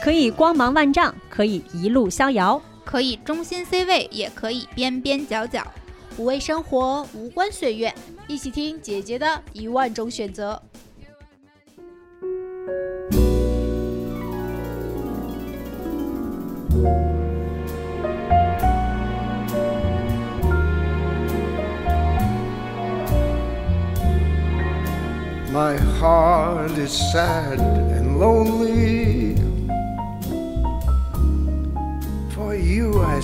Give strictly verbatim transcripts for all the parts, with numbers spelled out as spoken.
可以光芒万丈，可以一路逍遥， 可以中心 C 位，也可以边边角角。 无畏生活，无关岁月，一起听姐姐的一万种选择。 My heart is sad and lonely. For you I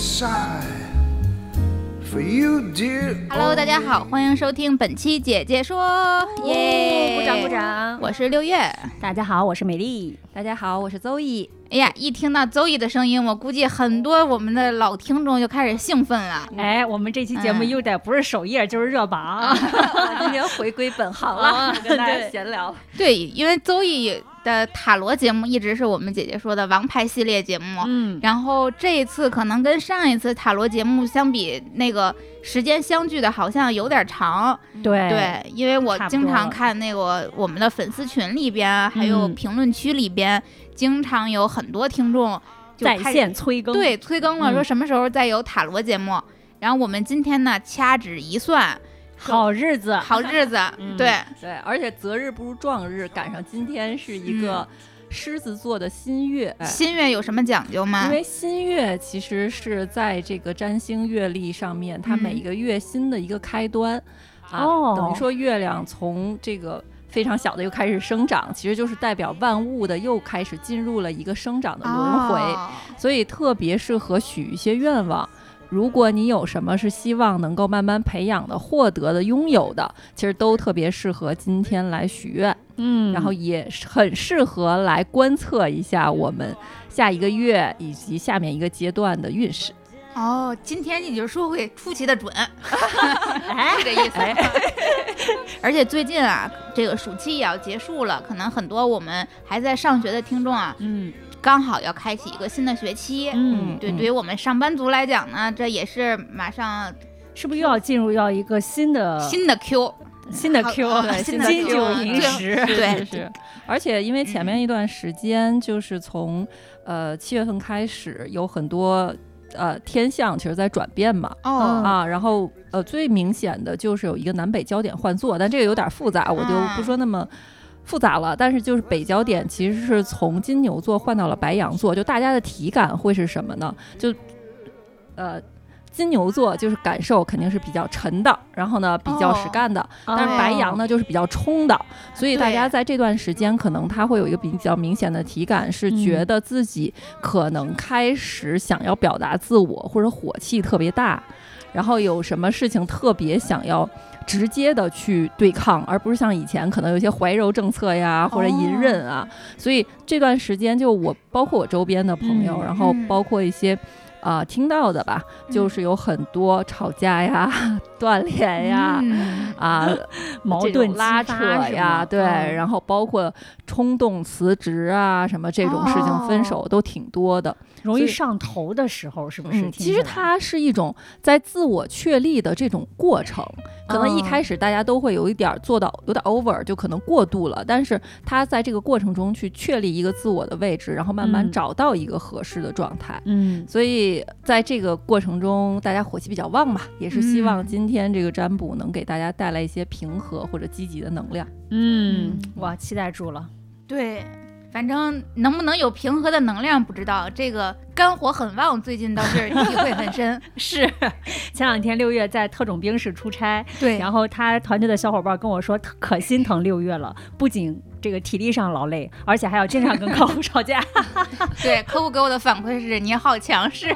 sigh.For you, dear. Hello， 大家好，欢迎收听本期姐姐说，耶！ 鼓掌鼓掌！ 我是六月。 大家好，我是美丽。 大家好，我是邹毅。 哎呀，一听到邹毅的声音，我估计很多我们的老听众就开始兴奋了。 哎，我们这期节目又得不是首页、嗯、就是热榜， 我今天回归本行了，跟大家闲聊。 对，因为邹毅的塔罗节目一直是我们姐姐说的王牌系列节目， 嗯， 然后这一次可能跟上一次塔罗节目相比，那个时间相距的好像有点长。 对对，因为我经常看那个我们的粉丝群里边，还有评论区里边、嗯，经常有很多听众就在线催更， 对，催更了、嗯，说什么时候再有塔罗节目。然后我们今天呢，掐指一算。 好日子， 好日子， 嗯、 对对，而且择日不如撞日，赶上今天是一个狮子座的新月。 嗯、新月有什么讲究吗？ 因为新月其实是在这个占星月历上面，它每一个月新的一个开端、嗯、啊、哦，等于说月亮从这个非常小的又开始生长，其实就是代表万物的又开始进入了一个生长的轮回、哦、所以特别适合许一些愿望。如果你有什么是希望能够慢慢培养的、获得的、拥有的，其实都特别适合今天来许愿。 嗯， 然后也很适合来观测一下我们下一个月以及下面一个阶段的运势。 哦，今天你就说会出奇的准，哎，这个意思。哎、而且最近啊，这个暑期也要结束了，可能很多我们还在上学的听众啊， 嗯。 刚好要开启一个新的学期， 嗯， 对，对于我们上班族来讲呢，这也是马上是不是又要进入到一个新的新的 Q， 新的 Q， 对， 新的金九银十， 对， 是是。而且因为前面一段时间，就是从呃七月份开始，有很多呃天象其实在转变嘛， 哦啊，然后呃最明显的就是有一个南北焦点换座，但这个有点复杂，我就不说那么。复杂了，但是就是北焦点其实是从金牛座换到了白羊座，就大家的体感会是什么呢？就呃金牛座就是感受肯定是比较沉的，然后呢比较实干的、哦、但是白羊呢、哦、就是比较冲的，所以大家在这段时间可能他会有一个比较明显的体感，是觉得自己可能开始想要表达自我，或者火气特别大，然后有什么事情特别想要直接的去对抗，而不是像以前可能有些怀柔政策呀或者隐忍啊、哦、所以这段时间就我包括我周边的朋友、嗯、然后包括一些啊、呃、听到的吧、嗯、就是有很多吵架呀断联呀、嗯、啊矛盾拉扯呀，对、嗯、然后包括冲动辞职啊什么这种事情分手都挺多的、哦， 容易上头的时候是不是、嗯、 其实它是一种在自我确立的这种过程，可能一开始大家都会有一点做到有点 over， 就可能过度了，但是他在这个过程中去确立一个自我的位置，然后慢慢找到一个合适的状态。 嗯， 所以在这个过程中大家火气比较旺嘛，也是希望今天这个占卜能给大家带来一些平和或者积极的能量。 嗯，哇，期待住了。 对，反正能不能有平和的能量不知道，这个肝火很旺，最近倒是体会很深。 是前两天六月在特种兵室出差， 对， 然后他团队的小伙伴跟我说可心疼六月了，不仅这个体力上劳累，而且还要经常跟客户吵架。 对，客户给我的反馈是你好强势。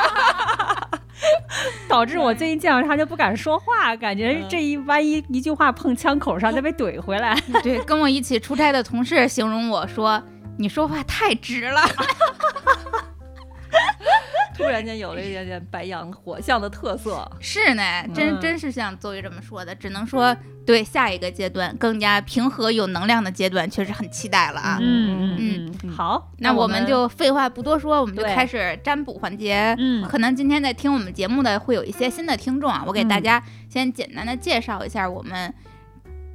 导致我最近见到他就不敢说话，感觉这一万一一句话碰枪口上再被怼回来。 对，跟我一起出差的同事形容我说你说话太直了。 突然间有了一点点白羊火象的特色。 是呢，真、嗯、真是像邹宇这么说的，只能说对下一个阶段更加平和有能量的阶段确实很期待了啊。 嗯嗯嗯，好， 那我们就废话不多说，我们就开始占卜环节。嗯，可能今天在听我们节目的会有一些新的听众啊，我给大家先简单的介绍一下我们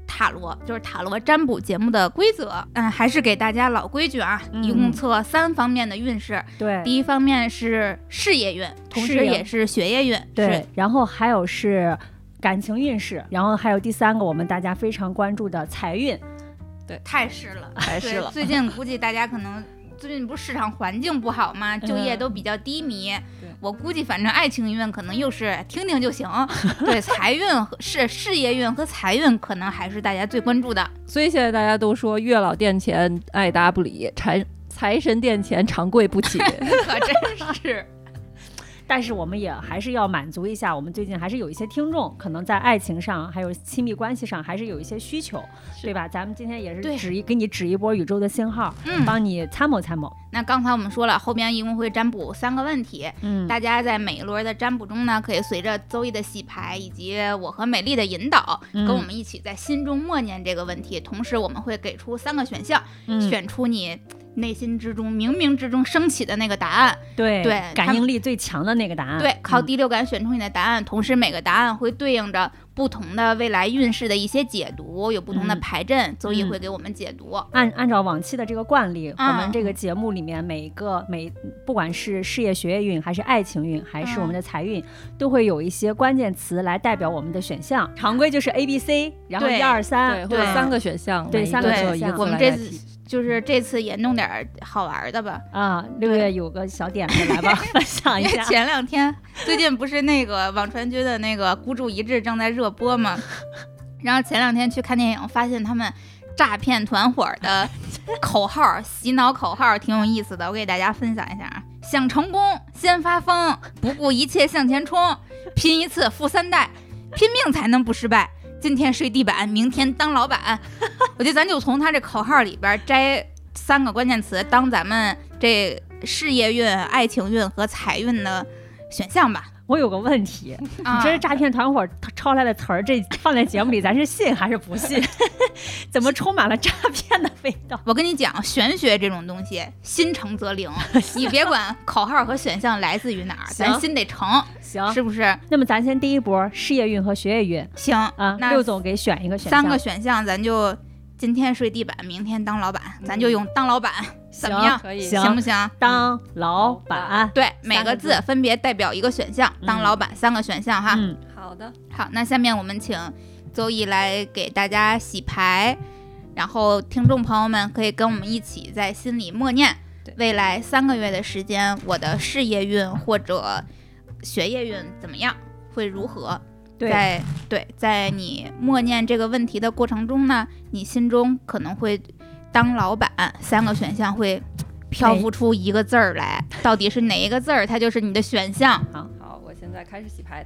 塔罗，就是塔罗占卜节目的规则。嗯，还是给大家老规矩啊， 嗯、 一共测三方面的运势。 对， 第一方面是事业运，同时也是学业运。 对，然后还有是感情运势，然后还有第三个我们大家非常关注的财运。 对，太是了， 太是了。 最近估计大家可能。最近不是市场环境不好吗？就业都比较低迷。嗯、我估计，反正爱情运可能又是听听就行。对，财运和是事业运和财运，可能还是大家最关注的。 所以现在大家都说月老殿前爱答不理，财财神殿前长跪不起， 可真是。 但是我们也还是要满足一下，我们最近还是有一些听众可能在爱情上还有亲密关系上还是有一些需求，对吧？咱们今天也是指一给你指一波宇宙的信号，嗯，帮你参谋参谋。 那刚才我们说了，后边一共会占卜三个问题，嗯，大家在每一轮的占卜中呢，可以随着周易的洗牌以及我和美丽的引导，嗯、跟我们一起在心中默念这个问题，同时我们会给出三个选项，嗯、选出你内心之中冥冥之中升起的那个答案， 对对， 感应力最强的那个答案， 对，靠第六感选出你的答案，嗯、同时每个答案会对应着不同的未来运势的一些解读，有不同的牌阵，周易会给我们解读。 按按照往期的这个惯例，嗯、我们这个节目里面每一个每不管是事业学业运，还是爱情运，还是我们的财运，嗯、都会有一些关键词来代表我们的选项。常规就是 A B C， 然后一二三， 对，会有三个选项， 对，三个选项。 我们这次。就是这次也弄点好玩的吧啊！六月有个小点子来吧，分享一下。 前两天最近不是那个网传君的那个孤注一掷正在热播吗？然后前两天去看电影，发现他们诈骗团伙的口号、洗脑口号挺有意思的，我给大家分享一下啊！想成功先发疯，不顾一切向前冲，拼一次富三代，拼命才能不失败。今天睡地板，明天当老板。我觉得咱就从他这口号里边摘三个关键词，当咱们这事业运、爱情运和财运的选项吧。 我有个问题，啊、你这是诈骗团伙抄来的词儿，这放在节目里，咱是信还是不信？怎么充满了诈骗的味道？ 我跟你讲，玄学这种东西，心诚则灵。你别管口号和选项来自于哪儿，咱心得诚， 行， 是不是？ 那么咱先第一波事业运和学业运， 行啊。那六总给选一个选项， 三个选项，咱就今天睡地板，明天当老板，嗯、咱就用当老板。怎么样？ 可以， 行不行？ 当老板， 对，每个字分别代表一个选项。当老板三个选项哈。 嗯，好的。 好，那下面我们请周易来给大家洗牌，然后听众朋友们可以跟我们一起在心里默念，未来三个月的时间，我的事业运或者学业运怎么样，会如何？ 对， 在对，在你默念这个问题的过程中呢，你心中可能会。当老板三个选项会漂浮出一个字儿来，到底是哪一个字儿，它就是你的选项。 好，好，我现在开始洗牌。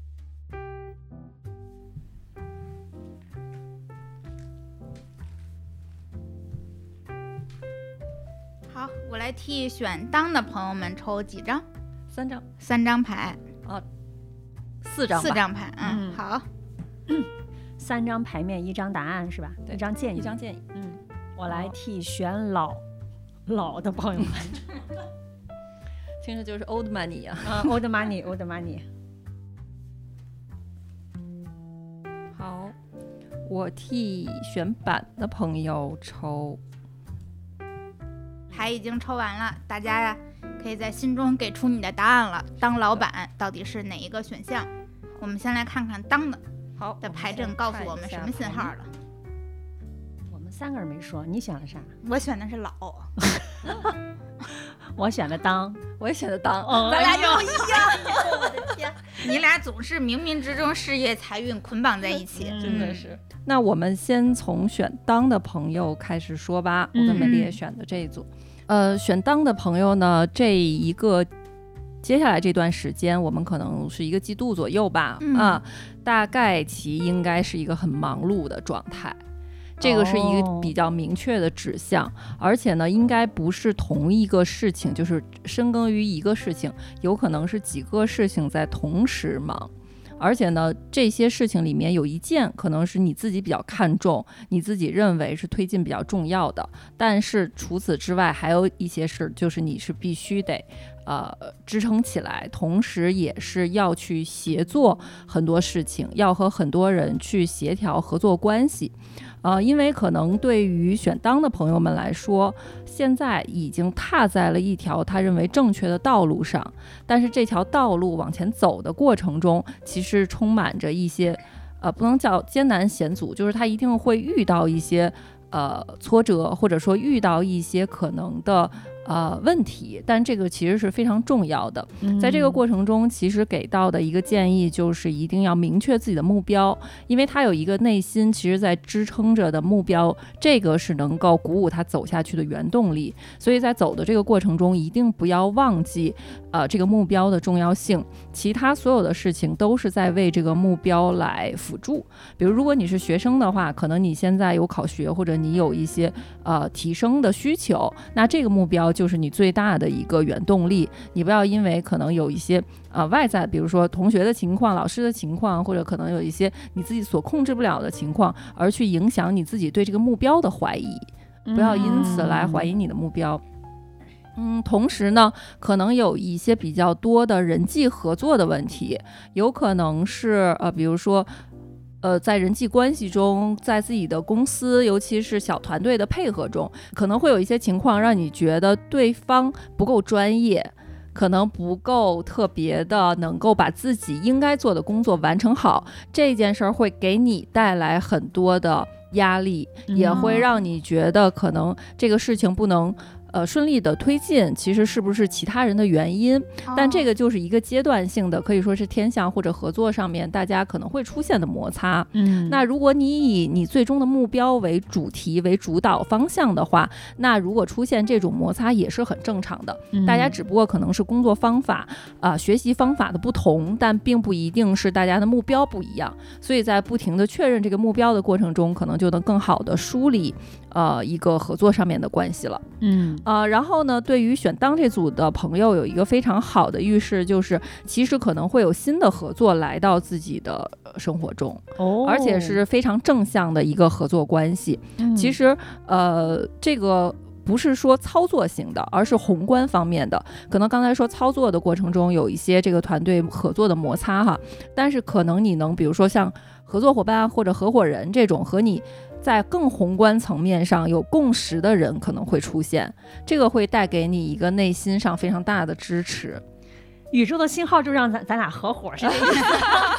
好，我来替选当的朋友们抽几张？ 三张， 三张牌。 哦，四张， 四张牌。嗯，嗯好。 嗯，三张牌面，一张答案是吧？一张建议， 一张建议。 嗯。我来替选老老的朋友们， 听着就是 old money 啊， 啊 old money old money。 好，我替选板的朋友抽。 牌已经抽完了，大家呀可以在心中给出你的答案了。当老板到底是哪一个选项？我们先来看看当的好的牌阵告诉我们什么信号了。 三个人没说，你选了啥？ 我选的是老， 我选的当， 我也选的当， 哦、咱俩又一样。我的天，你俩总是冥冥之中事业财运捆绑在一起， 嗯、真的是。那我们先从选当的朋友开始说吧。嗯、我跟美丽也选的这一组，呃，选当的朋友呢，这一个接下来这段时间，我们可能是一个季度左右吧，嗯、啊，大概其应该是一个很忙碌的状态。这个是一个比较明确的指向，哦、而且呢，应该不是同一个事情，就是深耕于一个事情，有可能是几个事情在同时忙。而且呢，这些事情里面有一件可能是你自己比较看重，你自己认为是推进比较重要的，但是除此之外还有一些事，就是你是必须得呃支撑起来，同时也是要去协作很多事情，要和很多人去协调合作关系。 呃，因为可能对于选当的朋友们来说，现在已经踏在了一条他认为正确的道路上，但是这条道路往前走的过程中，其实充满着一些呃，不能叫艰难险阻，就是他一定会遇到一些呃挫折，或者说遇到一些可能的呃问题，但这个其实是非常重要的。在这个过程中，其实给到的一个建议就是一定要明确自己的目标，因为他有一个内心其实在支撑着的目标，这个是能够鼓舞他走下去的原动力。所以在走的这个过程中，一定不要忘记呃这个目标的重要性，其他所有的事情都是在为这个目标来辅助。比如如果你是学生的话，可能你现在有考学，或者你有一些呃提升的需求，那这个目标就是你最大的一个原动力。你不要因为可能有一些呃外在，比如说同学的情况、老师的情况，或者可能有一些你自己所控制不了的情况，而去影响你自己对这个目标的怀疑，不要因此来怀疑你的目标。嗯，同时呢，可能有一些比较多的人际合作的问题，有可能是呃，比如说呃，在人际关系中，在自己的公司，尤其是小团队的配合中，可能会有一些情况让你觉得对方不够专业，可能不够特别的能够把自己应该做的工作完成好，这件事儿会给你带来很多的压力，也会让你觉得可能这个事情不能呃，顺利的推进，其实是不是其他人的原因、哦、但这个就是一个阶段性的，可以说是天象或者合作上面大家可能会出现的摩擦。嗯，那如果你以你最终的目标为主题为主导方向的话，那如果出现这种摩擦也是很正常的、嗯、大家只不过可能是工作方法啊、呃、学习方法的不同，但并不一定是大家的目标不一样，所以在不停的确认这个目标的过程中，可能就能更好的梳理呃一个合作上面的关系了。嗯呃，然后呢，对于选当这组的朋友有一个非常好的预示，就是其实可能会有新的合作来到自己的生活中，哦，而且是非常正向的一个合作关系。嗯、其实呃，这个不是说操作型的，而是宏观方面的。可能刚才说操作的过程中有一些这个团队合作的摩擦哈，但是可能你能比如说像合作伙伴或者合伙人这种和你在更宏观层面上有共识的人可能会出现，这个会带给你一个内心上非常大的支持。 宇宙的信号就让咱咱俩合伙是这个意思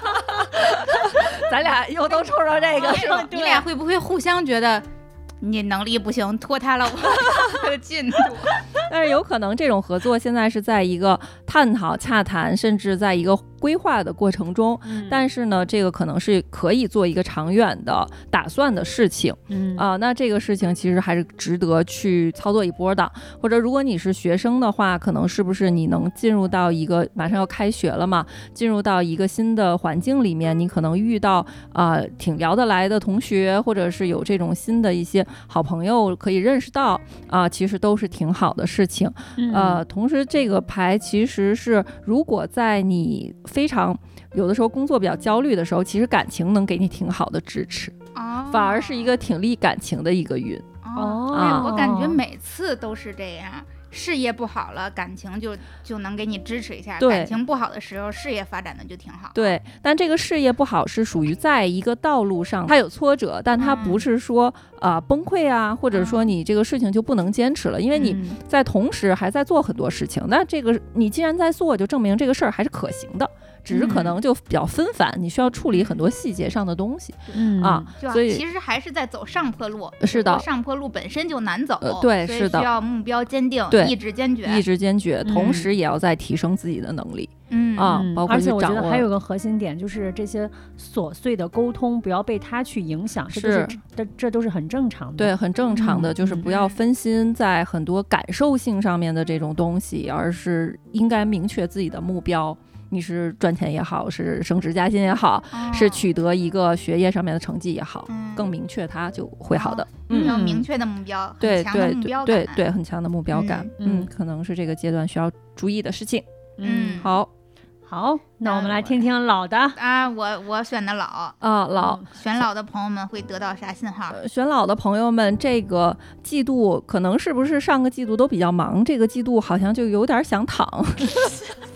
咱俩又都冲着这个是吧？ 你俩会不会互相觉得你能力不行，拖沓了我的进度？ 但是有可能这种合作现在是在一个探讨、洽谈，甚至在一个规划的过程中、嗯、但是呢，这个可能是可以做一个长远的打算的事情。嗯啊、呃，那这个事情其实还是值得去操作一波的。或者如果你是学生的话，可能是不是你能进入到一个马上要开学了嘛，进入到一个新的环境里面，你可能遇到啊、呃、挺聊得来的同学，或者是有这种新的一些好朋友可以认识到啊、呃，其实都是挺好的事情。嗯、呃，同时这个牌其实是如果在你非常有的时候工作比较焦虑的时候，其实感情能给你挺好的支持、哦、反而是一个挺利感情的一个运。 哦，啊、我感觉每次都是这样，事业不好了，感情就就能给你支持一下；感情不好的时候，事业发展的就挺好。 对，但这个事业不好是属于在一个道路上，它有挫折，但它不是说啊、嗯呃、崩溃啊，或者说你这个事情就不能坚持了，因为你在同时还在做很多事情。那、嗯、这个你既然在做，就证明这个事儿还是可行的。只是可能就比较纷繁、嗯、你需要处理很多细节上的东西、嗯、啊， 所以其实还是在走上坡路。 是的， 上坡路本身就难走、 呃、对，是的， 需要目标坚定，意志坚决， 意志坚决、嗯、同时也要在提升自己的能力。嗯啊，包括而且我觉得还有个核心点，就是这些琐碎的沟通不要被他去影响，这是这这都是很正常的。 对，很正常的、嗯、就是不要分心在很多感受性上面的这种东西、嗯、而是应该明确自己的目标。你是赚钱也好，是升职加薪也好、哦、是取得一个学业上面的成绩也好、嗯、更明确它就会好的。 嗯，有明确的目标， 对很强的目标感， 对 对, 对, 对很强的目标感。 嗯, 嗯可能是这个阶段需要注意的事情。嗯，好好，那我们来听听老的啊，我我选的老啊，老、 嗯、选老的朋友们会得到啥信号？ 呃、选老的朋友们，这个季度可能是不是上个季度都比较忙，这个季度好像就有点想躺。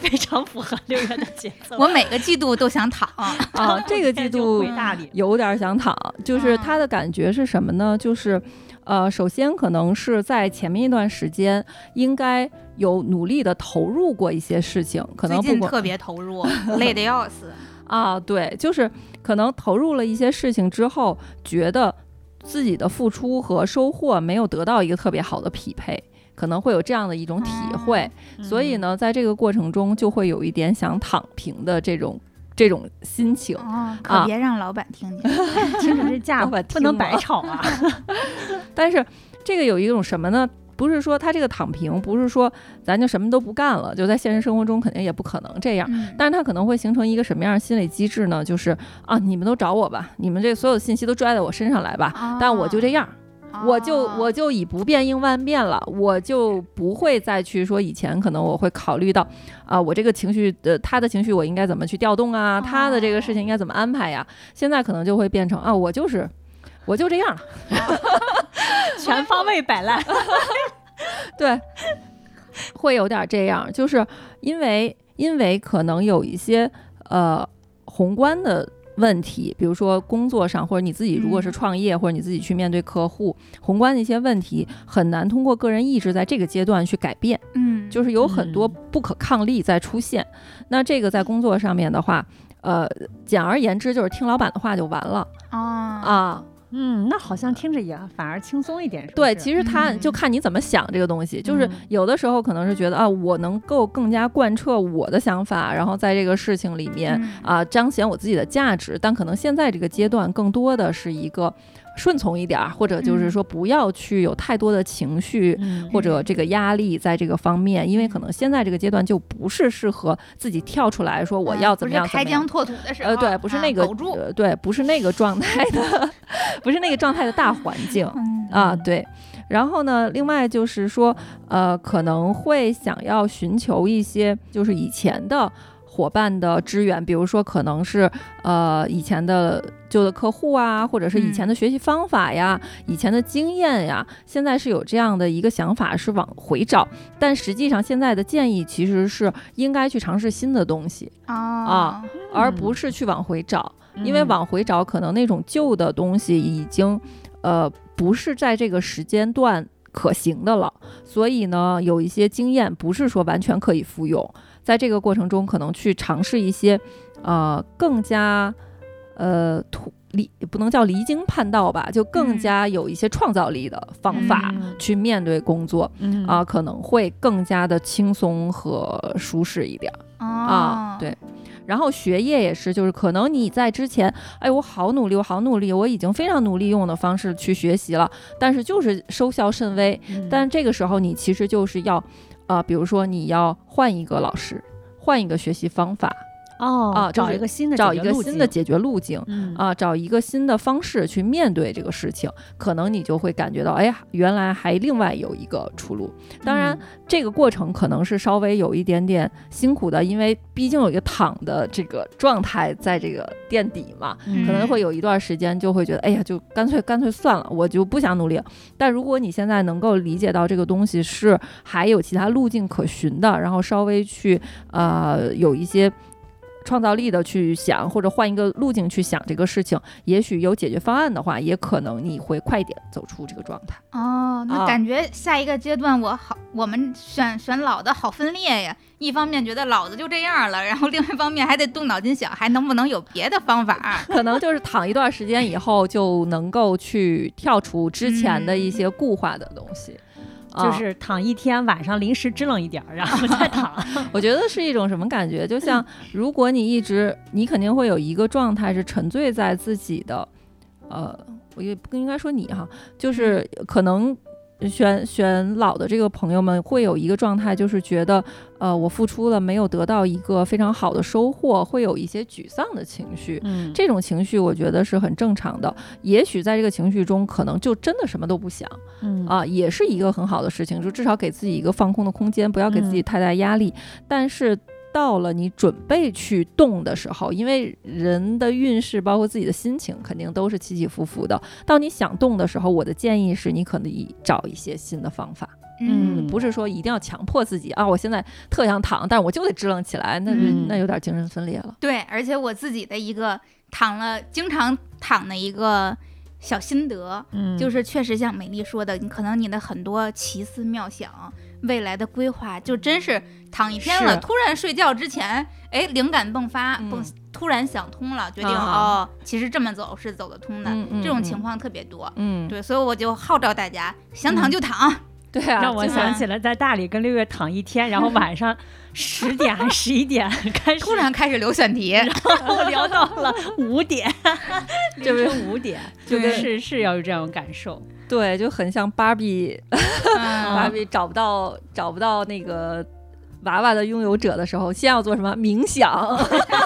非常符合六月的节奏。 我每个季度都想躺啊，这个季度有点想躺，就是他的感觉是什么呢？就是呃，首先可能是在前面一段时间应该有努力的投入过一些事情，可能不最近特别投入，累得要死啊。对，就是可能投入了一些事情之后，觉得自己的付出和收获没有得到一个特别好的匹配，可能会有这样的一种体会， 嗯、 所以呢，在这个过程中就会有一点想躺平的这种这种心情。 哦，可别让老板听见， 啊、听着这价不能白吵啊。 但是这个有一种什么呢？不是说他这个躺平，不是说咱就什么都不干了，就在现实生活中肯定也不可能这样。 嗯、 但是他可能会形成一个什么样的心理机制呢？就是啊，你们都找我吧，你们这所有的信息都拽在我身上来吧， 哦、 但我就这样。我就我就以不变应万变了，我就不会再去说以前可能我会考虑到啊、呃，我这个情绪的他的情绪我应该怎么去调动啊，他的这个事情应该怎么安排呀？现在可能就会变成啊，我就是我就这样了， 全方位摆烂。 对，会有点这样，就是因为因为可能有一些呃宏观的问题，比如说工作上，或者你自己如果是创业、嗯、或者你自己去面对客户，宏观的一些问题很难通过个人意志在这个阶段去改变， 嗯， 就是有很多不可抗力在出现、嗯、那这个在工作上面的话呃，简而言之就是听老板的话就完了、 哦、 啊嗯，那好像听着也反而轻松一点，是不是？ 对，其实他就看你怎么想这个东西、嗯、就是有的时候可能是觉得啊，我能够更加贯彻我的想法，然后在这个事情里面、嗯、啊彰显我自己的价值，但可能现在这个阶段更多的是一个顺从一点，或者就是说不要去有太多的情绪、嗯、或者这个压力在这个方面、嗯、因为可能现在这个阶段就不是适合自己跳出来说我要怎么样、嗯、 不是开疆拓土的时候， 呃，对，不是那个、 啊呃、对，不是那个状态的不是那个状态的大环境、嗯、啊，对。然后呢，另外就是说呃，可能会想要寻求一些就是以前的伙伴的支援，比如说可能是呃以前的旧的客户啊，或者是以前的学习方法呀、嗯、以前的经验呀，现在是有这样的一个想法是往回找，但实际上现在的建议其实是应该去尝试新的东西、 哦、 啊、嗯，而不是去往回找、嗯、因为往回找可能那种旧的东西已经呃不是在这个时间段可行的了，所以呢有一些经验不是说完全可以复用，在这个过程中可能去尝试一些呃更加呃离不能叫离经叛道吧，就更加有一些创造力的方法去面对工作、嗯、啊，可能会更加的轻松和舒适一点、 哦、 啊，对。然后学业也是，就是可能你在之前，哎，我好努力，我好努力，我已经非常努力用我的方式去学习了，但是就是收效甚微。嗯、但这个时候你其实就是要，呃，比如说你要换一个老师，换一个学习方法。 哦啊， 找一个新的找一个新的解决路径、 嗯、 啊，找一个新的方式去面对这个事情，可能你就会感觉到，哎呀，原来还另外有一个出路。当然、嗯、这个过程可能是稍微有一点点辛苦的，因为毕竟有一个躺的这个状态在这个垫底嘛、嗯、可能会有一段时间就会觉得，哎呀，就干脆干脆算了，我就不想努力了。但如果你现在能够理解到这个东西是还有其他路径可循的，然后稍微去呃有一些创造力的去想，或者换一个路径去想这个事情，也许有解决方案的话，也可能你会快点走出这个状态。 哦，那感觉下一个阶段我好，我们选选老的好分裂呀。一方面觉得老子就这样了，然后另外一方面还得动脑筋想，还能不能有别的方法？ 可能就是躺一段时间以后，就能够去跳出之前的一些固化的东西。嗯就是躺一天，晚上临时支棱一点，然后再躺。 我觉得是一种什么感觉？就像如果你一直，你肯定会有一个状态是沉醉在自己的，呃，我也不应该说你哈，就是可能选选老的这个朋友们会有一个状态，就是觉得，呃，我付出了没有得到一个非常好的收获，会有一些沮丧的情绪。嗯，这种情绪我觉得是很正常的。也许在这个情绪中，可能就真的什么都不想，嗯啊，也是一个很好的事情，就至少给自己一个放空的空间，不要给自己太大压力。嗯、但是到了你准备去动的时候，因为人的运势包括自己的心情肯定都是起起伏伏的，到你想动的时候，我的建议是你可能找一些新的方法。 嗯，不是说一定要强迫自己啊，我现在特想躺，但是我就得支棱起来，那、嗯、那有点精神分裂了。 对，而且我自己的一个躺了经常躺的一个小心得、嗯、就是确实像美丽说的，你可能你的很多奇思妙想未来的规划就真是躺一天了，突然睡觉之前哎灵感迸发、嗯、突然想通了，决定、啊、哦其实这么走是走得通的、嗯嗯、这种情况特别多。嗯，对，所以我就号召大家想躺就躺、嗯， 对啊， 让我想起了在大理跟六月躺一天，然后晚上十点还十一点开始突然开始流选题， 然后聊到了五点，凌晨五点，就是是要有这种感受。 对，就很像芭比，芭比找不到找不到那个娃娃的拥有者的时候，先要做什么？冥想。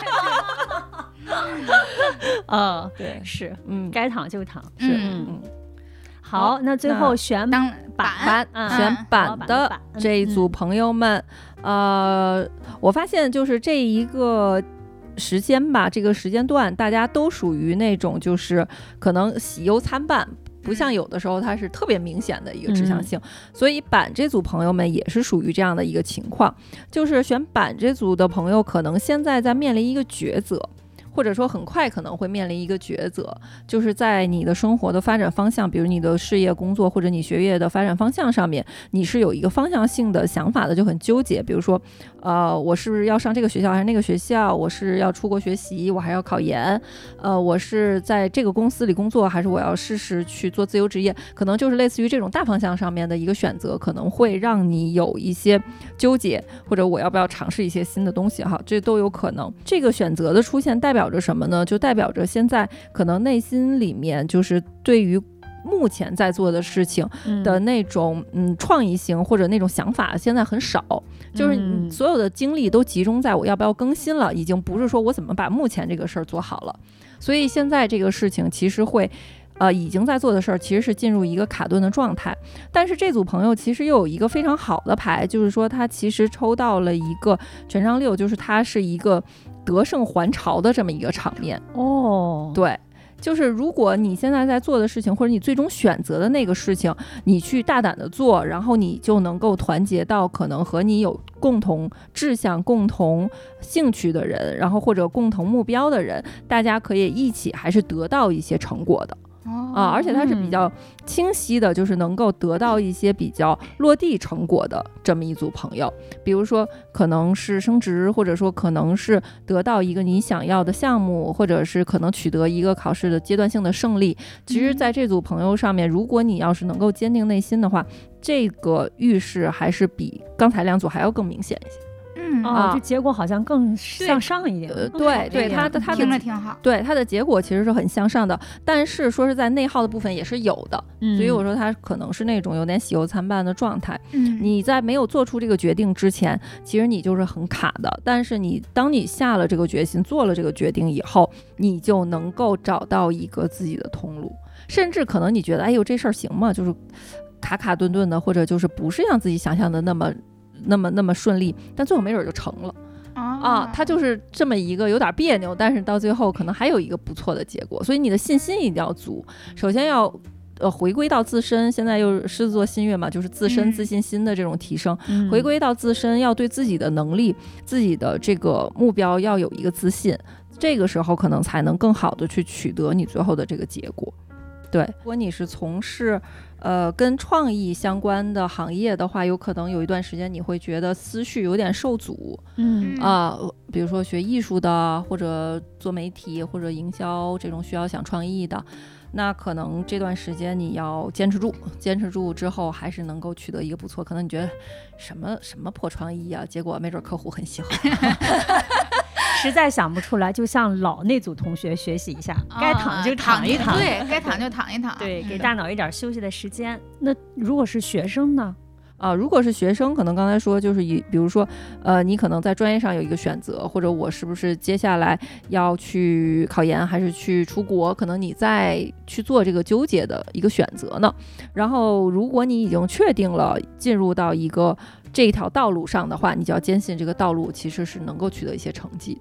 嗯， 对， 是， 嗯， 该躺就躺， 是，嗯。 嗯好，那最后选板板、嗯、选板的这一组朋友们、嗯、呃，我发现就是这一个时间吧，这个时间段大家都属于那种就是可能喜忧参半，不像有的时候它是特别明显的一个指向性、嗯、所以板这组朋友们也是属于这样的一个情况，就是选板这组的朋友可能现在在面临一个抉择，或者说很快可能会面临一个抉择，就是在你的生活的发展方向，比如你的事业工作或者你学业的发展方向上面，你是有一个方向性的想法的，就很纠结。比如说呃，我是不是要上这个学校还是那个学校，我是要出国学习我还要考研，呃，我是在这个公司里工作还是我要试试去做自由职业，可能就是类似于这种大方向上面的一个选择，可能会让你有一些纠结，或者我要不要尝试一些新的东西哈，这都有可能。这个选择的出现代表着什么呢？就代表着现在可能内心里面就是对于目前在做的事情的那种 嗯, 嗯创意性或者那种想法现在很少，就是你所有的精力都集中在我要不要更新了，已经不是说我怎么把目前这个事儿做好了。所以现在这个事情其实会呃，已经在做的事儿其实是进入一个卡顿的状态。但是这组朋友其实又有一个非常好的牌，就是说他其实抽到了一个权杖六，就是他是一个得胜还朝的这么一个场面。 哦， 对，就是如果你现在在做的事情，或者你最终选择的那个事情，你去大胆的做，然后你就能够团结到可能和你有共同志向、共同兴趣的人，然后或者共同目标的人，大家可以一起还是得到一些成果的。啊，而且它是比较清晰的，就是能够得到一些比较落地成果的这么一组朋友，比如说可能是升职，或者说可能是得到一个你想要的项目，或者是可能取得一个考试的阶段性的胜利。其实在这组朋友上面，如果你要是能够坚定内心的话，这个预示还是比刚才两组还要更明显一些。 嗯哦，这结果好像更向上一点。 呃、对对，他的他的听着挺好。 对，他的结果其实是很向上的，但是说是在内耗的部分也是有的。嗯，所以我说他可能是那种有点喜忧参半的状态。嗯，你在没有做出这个决定之前，其实你就是很卡的。但是你当你下了这个决心，做了这个决定以后，你就能够找到一个自己的通路，甚至可能你觉得，哎呦这事儿行吗？就是卡卡顿顿的，或者就是不是像自己想象的那么。那么那么顺利，但最后没准就成了、哦、啊！它就是这么一个有点别扭，但是到最后可能还有一个不错的结果。所以你的信心一定要足，首先要呃回归到自身。现在又狮子座新月嘛，就是自身自信心的这种提升、嗯、回归到自身，要对自己的能力、自己的这个目标要有一个自信，这个时候可能才能更好的去取得你最后的这个结果。对，如果你是从事呃跟创意相关的行业的话，有可能有一段时间你会觉得思绪有点受阻。嗯啊、呃，比如说学艺术的，或者做媒体或者营销这种需要想创意的，那可能这段时间你要坚持住，坚持住之后还是能够取得一个不错。可能你觉得什么什么破创意啊，结果没准客户很喜欢。 实在想不出来，就向老那组同学学习一下，哦、该躺就躺一躺， 对，该躺就躺一躺， 对，给大脑一点休息的时间。那如果是学生呢？ 啊，如果是学生，可能刚才说就是以，比如说，呃，你可能在专业上有一个选择，或者我是不是接下来要去考研，还是去出国，可能你在去做这个纠结的一个选择呢。然后，如果你已经确定了进入到一个这条道路上的话，你就要坚信这个道路其实是能够取得一些成绩的。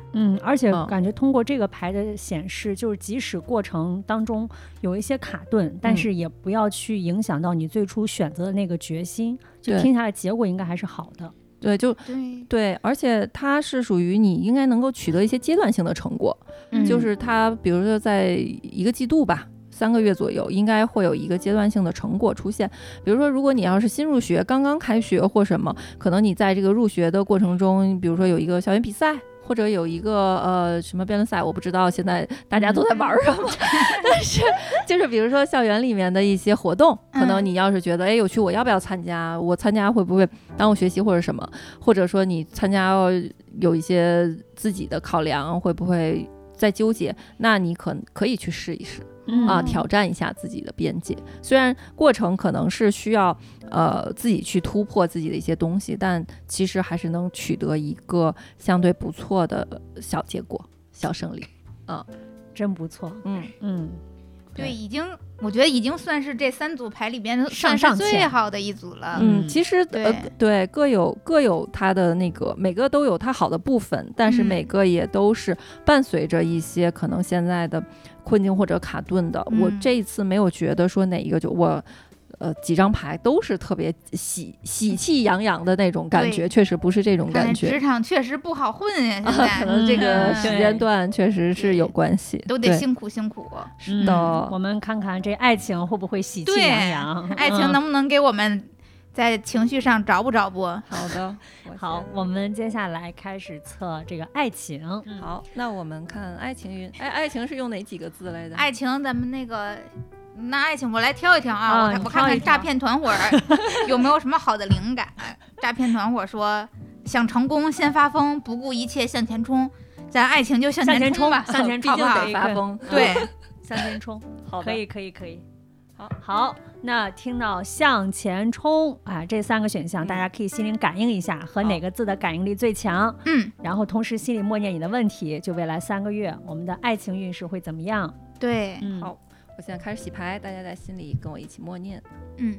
嗯，而且感觉通过这个牌的显示，就是即使过程当中有一些卡顿，但是也不要去影响到你最初选择的那个决心，就听下来结果应该还是好的。 对，就对, 对，而且它是属于你应该能够取得一些阶段性的成果， 嗯、 就是它比如说在一个季度吧，三个月左右应该会有一个阶段性的成果出现。比如说如果你要是新入学刚刚开学或什么，可能你在这个入学的过程中，比如说有一个校园比赛，或者有一个呃什么辩论赛，我不知道现在大家都在玩什么、嗯、但是就是比如说校园里面的一些活动，可能你要是觉得哎有趣，我要不要参加，我参加会不会耽误学习或者什么，或者说你参加有一些自己的考量，会不会在纠结，那你可可以去试一试啊，挑战一下自己的边界。虽然过程可能是需要呃自己去突破自己的一些东西，但其实还是能取得一个相对不错的小结果、小胜利。啊， 真不错。嗯嗯， 对，已经我觉得已经算是这三组牌里边算是最好的一组了。 嗯，其实对、呃、对各有各有它的那个，每个都有它好的部分，但是每个也都是伴随着一些可能现在的困境或者卡顿的。嗯、我这一次没有觉得说哪一个就我。呃，几张牌都是特别喜喜气洋洋的那种感觉，确实不是这种感觉。 职场确实不好混呀，现在、 啊、可能这个时间段确实是有关系， 都得辛苦辛苦。 是的、嗯， 我们看看这爱情会不会喜气洋洋？ 爱情能不能给我们在情绪上找不找不？ 好的， 好，我们接下来开始测这个爱情。 嗯、好，那我们看爱情运，哎，爱情是用哪几个字来的？ 爱情，咱们那个。那爱情我来挑一挑啊， 啊我, 我看看诈骗团伙有没有什么好的灵感。诈骗团伙说想成功先发疯，不顾一切向前冲，咱爱情就向前冲吧， 向前冲， 好不好？ 发疯， 对， 向前冲， 好， 可以可以可以。好好，那听到向前冲啊这三个选项、嗯、大家可以心灵感应一下和哪个字的感应力最强， 嗯， 然后同时心里默念你的问题，就未来三个月我们的爱情运势会怎么样。 对、 嗯、好，我现在开始洗牌，大家在心里跟我一起默念。 嗯，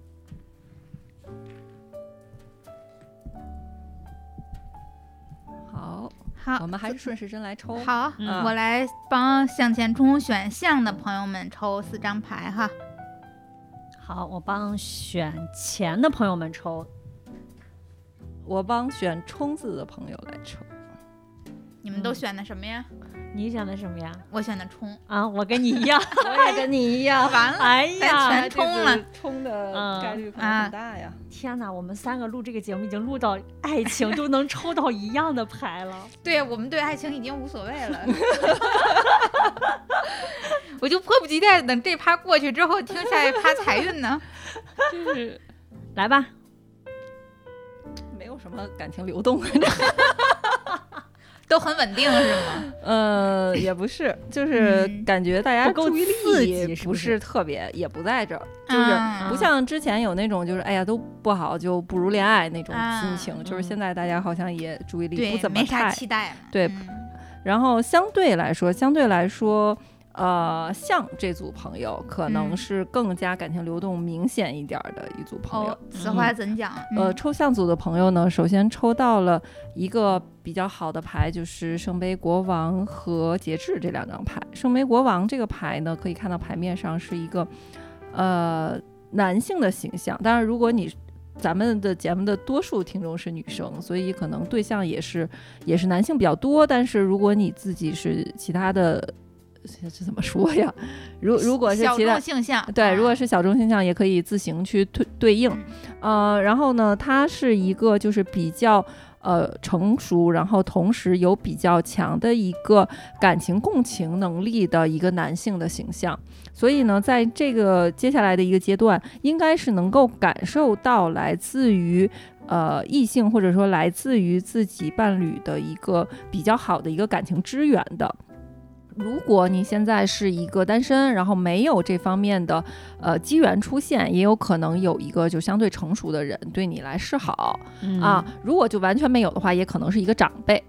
好， 好， 我们还是顺时针来抽。 好、 嗯， 我来帮向前冲选项的朋友们抽四张牌哈。 好，我帮选钱的朋友们抽。 我帮选冲字的朋友来抽。 你们都选的什么呀？ 嗯、你选的什么呀？ 我选的冲啊，我跟你一样， 我也跟你一样。 完了， 哎呀， 全冲了， 冲的概率可能很大呀、 嗯！天哪，我们三个录这个节目已经录到爱情都能抽到一样的牌了。 对，我们对爱情已经无所谓了。我就迫不及待等这趴过去之后听下一趴财运呢。 就是来吧， 没有什么感情流动。 都很稳定是吗？ 呃，也不是，就是感觉大家注意力不是特别， 嗯、 也不在这儿，就是不像之前有那种就是哎呀都不好就不如恋爱那种心情， 啊、 就是现在大家好像也注意力不怎么太， 没啥期待了。 对、 嗯， 然后相对来说，相对来说。呃，像这组朋友可能是更加感情流动明显一点的一组朋友。 哦、此话怎讲？ 嗯、呃，抽象组的朋友呢，首先抽到了一个比较好的牌，就是圣杯国王和节制这两张牌。圣杯国王这个牌呢，可以看到牌面上是一个呃男性的形象。当然，如果你咱们的节目的多数听众是女生，所以可能对象也是也是男性比较多。但是如果你自己是其他的。这怎么说呀？如如果是其他小众性向， 对，如果是小众性向，也可以自行去对对应。 嗯、 呃，然后呢，它是一个就是比较呃成熟，然后同时有比较强的一个感情共情能力的一个男性的形象。所以呢，在这个接下来的一个阶段，应该是能够感受到来自于呃异性或者说来自于自己伴侣的一个比较好的一个感情支援的。如果你现在是一个单身，然后没有这方面的呃机缘出现，也有可能有一个就相对成熟的人对你来示好、 嗯、 啊。如果就完全没有的话，也可能是一个长辈、 嗯、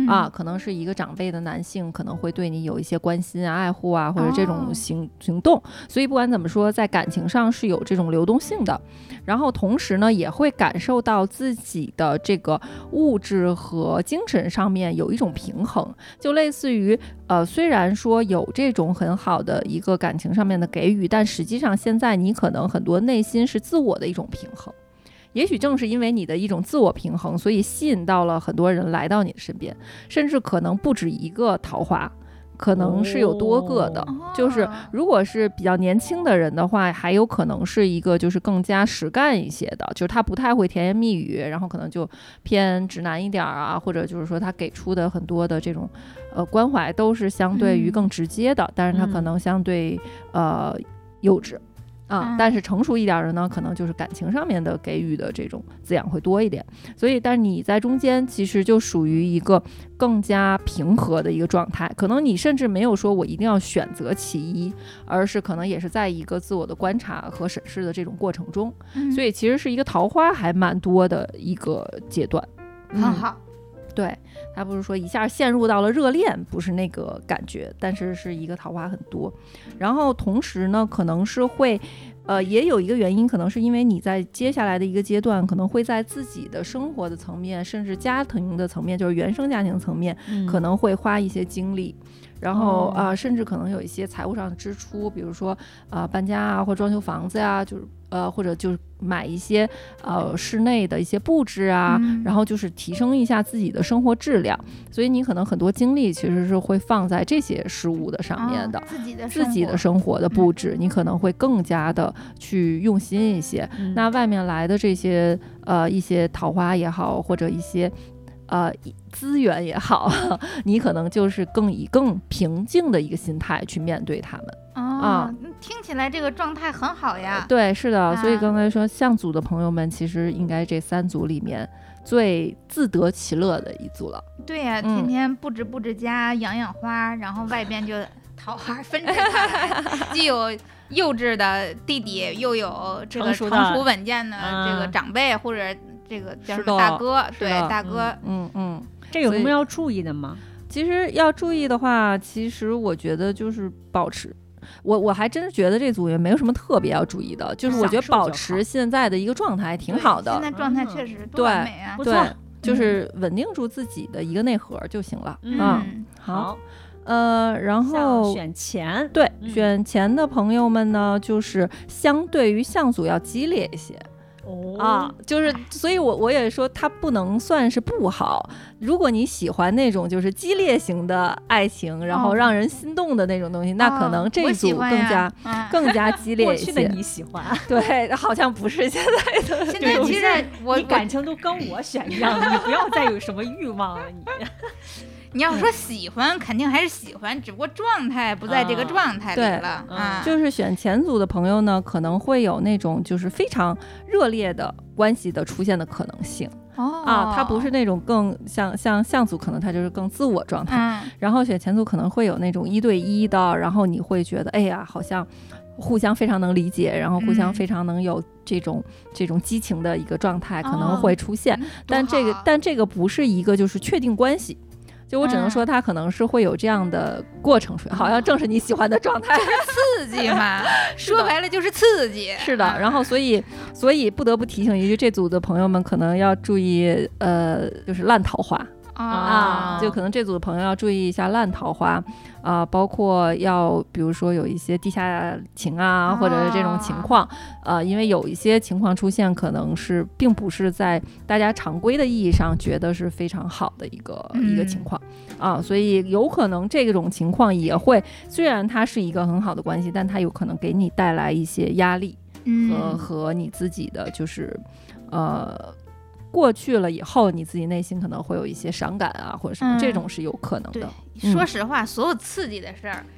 啊，可能是一个长辈的男性可能会对你有一些关心啊、爱护啊，或者这种行、哦、行动。所以不管怎么说，在感情上是有这种流动性的。然后同时呢，也会感受到自己的这个物质和精神上面有一种平衡，就类似于呃，虽然说有这种很好的一个感情上面的给予，但实际上现在你可能很多内心是自我的一种平衡。也许正是因为你的一种自我平衡，所以吸引到了很多人来到你的身边，甚至可能不止一个桃花，可能是有多个的、哦、就是如果是比较年轻的人的话，还有可能是一个就是更加实干一些的，就是他不太会甜言蜜语，然后可能就偏直男一点啊，或者就是说他给出的很多的这种呃关怀都是相对于更直接的、嗯、但是他可能相对、嗯、呃幼稚啊、嗯，但是成熟一点的呢，可能就是感情上面的给予的这种滋养会多一点。所以，但是你在中间其实就属于一个更加平和的一个状态。可能你甚至没有说我一定要选择其一，而是可能也是在一个自我的观察和审视的这种过程中。嗯、所以，其实是一个桃花还蛮多的一个阶段， 很好。嗯对，他不是说一下陷入到了热恋，不是那个感觉，但是是一个桃花很多。然后同时呢，可能是会呃也有一个原因，可能是因为你在接下来的一个阶段，可能会在自己的生活的层面，甚至家庭的层面，就是原生家庭层面、嗯、可能会花一些精力，然后啊、哦呃，甚至可能有一些财务上的支出，比如说啊、呃、搬家啊，或装修房子呀、啊，就是呃或者就是买一些呃室内的一些布置啊、嗯，然后就是提升一下自己的生活质量。所以你可能很多精力其实是会放在这些事物的上面的，哦、 自己的自己的生活的布置、嗯，你可能会更加的去用心一些。嗯、那外面来的这些呃一些桃花也好，或者一些。呃，资源也好，你可能就是更以更平静的一个心态去面对他们、 哦、啊。听起来这个状态很好呀。 对，是的，所以刚才说象组的朋友们，其实应该这三组里面最自得其乐的一组了。 对呀、啊嗯，天天布置布置家，养养花，然后外边就桃花纷至沓来，既有幼稚的弟弟，又有这个成熟稳健的这个长辈，嗯、或者。这个叫什么大哥？对，大哥， 嗯嗯， 这有什么要注意的吗？ 其实要注意的话，其实我觉得就是保持，我我还真是觉得这组也没有什么特别要注意的，就是我觉得保持现在的一个状态挺好的。 现在状态确实多完美啊， 对，对，就是稳定住自己的一个内核就行了。 嗯， 嗯好。呃，然后选钱， 对、嗯，选钱的朋友们呢，就是相对于象组要激烈一些。 哦、 啊，就是所以我我也说它不能算是不好。如果你喜欢那种就是激烈型的爱情，然后让人心动的那种东西，哦、那可能这组更加、 哦啊、 更加激烈一些。 过去的你喜欢， 对，好像不是现在的。 现在其实我你感情都跟我选一样，你不要再有什么欲望了，你。 你要说喜欢，肯定还是喜欢，只不过状态不在这个状态里了。啊、 嗯嗯，就是选前组的朋友呢，可能会有那种就是非常热烈的关系的出现的可能性。 哦啊，他不是那种更像像象组，可能他就是更自我状态。 嗯、 然后选前组可能会有那种一对一的，然后你会觉得，哎呀，好像互相非常能理解，然后互相非常能有这种、嗯、这种激情的一个状态可能会出现。哦、但这个但这个不是一个就是确定关系。就我只能说，它可能是会有这样的过程出现、嗯，好像正是你喜欢的状态， 就是刺激嘛。说白了就是刺激。 是的，然后所以所以不得不提醒一句，这组的朋友们可能要注意，呃，就是烂桃花。啊，就可能这组的朋友要注意一下烂桃花啊、呃，包括要比如说有一些地下情啊，或者是这种情况，呃，因为有一些情况出现，可能是并不是在大家常规的意义上觉得是非常好的一个、嗯、一个情况啊，所以有可能这种情况也会，虽然它是一个很好的关系，但它有可能给你带来一些压力和、嗯、和你自己的就是呃。过去了以后，你自己内心可能会有一些伤感啊，或者什么、嗯、这种是有可能的。 对，说实话、嗯，所有刺激的事儿，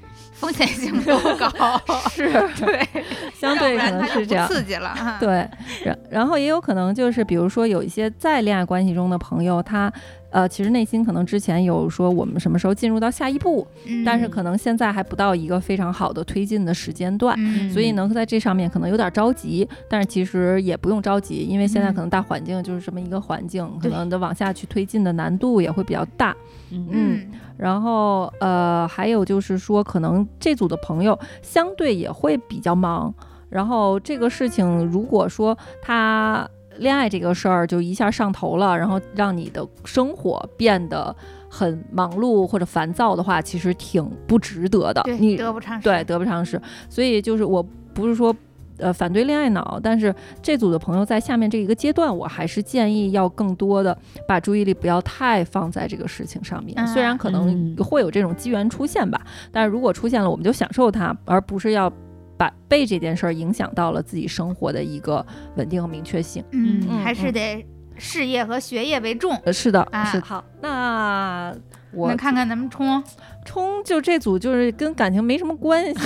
风险性都高， 是， 对， 相对可能是这样， 刺激了， 对，然然后也有可能就是，比如说有一些在恋爱关系中的朋友，他呃其实内心可能之前有说我们什么时候进入到下一步， 嗯、 但是可能现在还不到一个非常好的推进的时间段， 嗯、 所以呢在这上面可能有点着急，但是其实也不用着急，因为现在可能大环境就是这么一个环境，嗯、可能的往下去推进的难度也会比较大， 嗯。 嗯然后呃，还有就是说，可能这组的朋友相对也会比较忙。然后这个事情，如果说他恋爱这个事儿就一下上头了，然后让你的生活变得很忙碌或者烦躁的话，其实挺不值得的。你得不偿失。 对，得不偿失。所以就是我不是说。呃，反对恋爱脑，但是这组的朋友在下面这一个阶段，我还是建议要更多的把注意力不要太放在这个事情上面。嗯、虽然可能会有这种机缘出现吧，嗯、但是如果出现了，我们就享受它，而不是要把被这件事儿影响到了自己生活的一个稳定和明确性。 嗯，嗯还是得事业和学业为重。 呃，是的， 啊、 是好。那我那看看咱们冲冲，就这组就是跟感情没什么关系。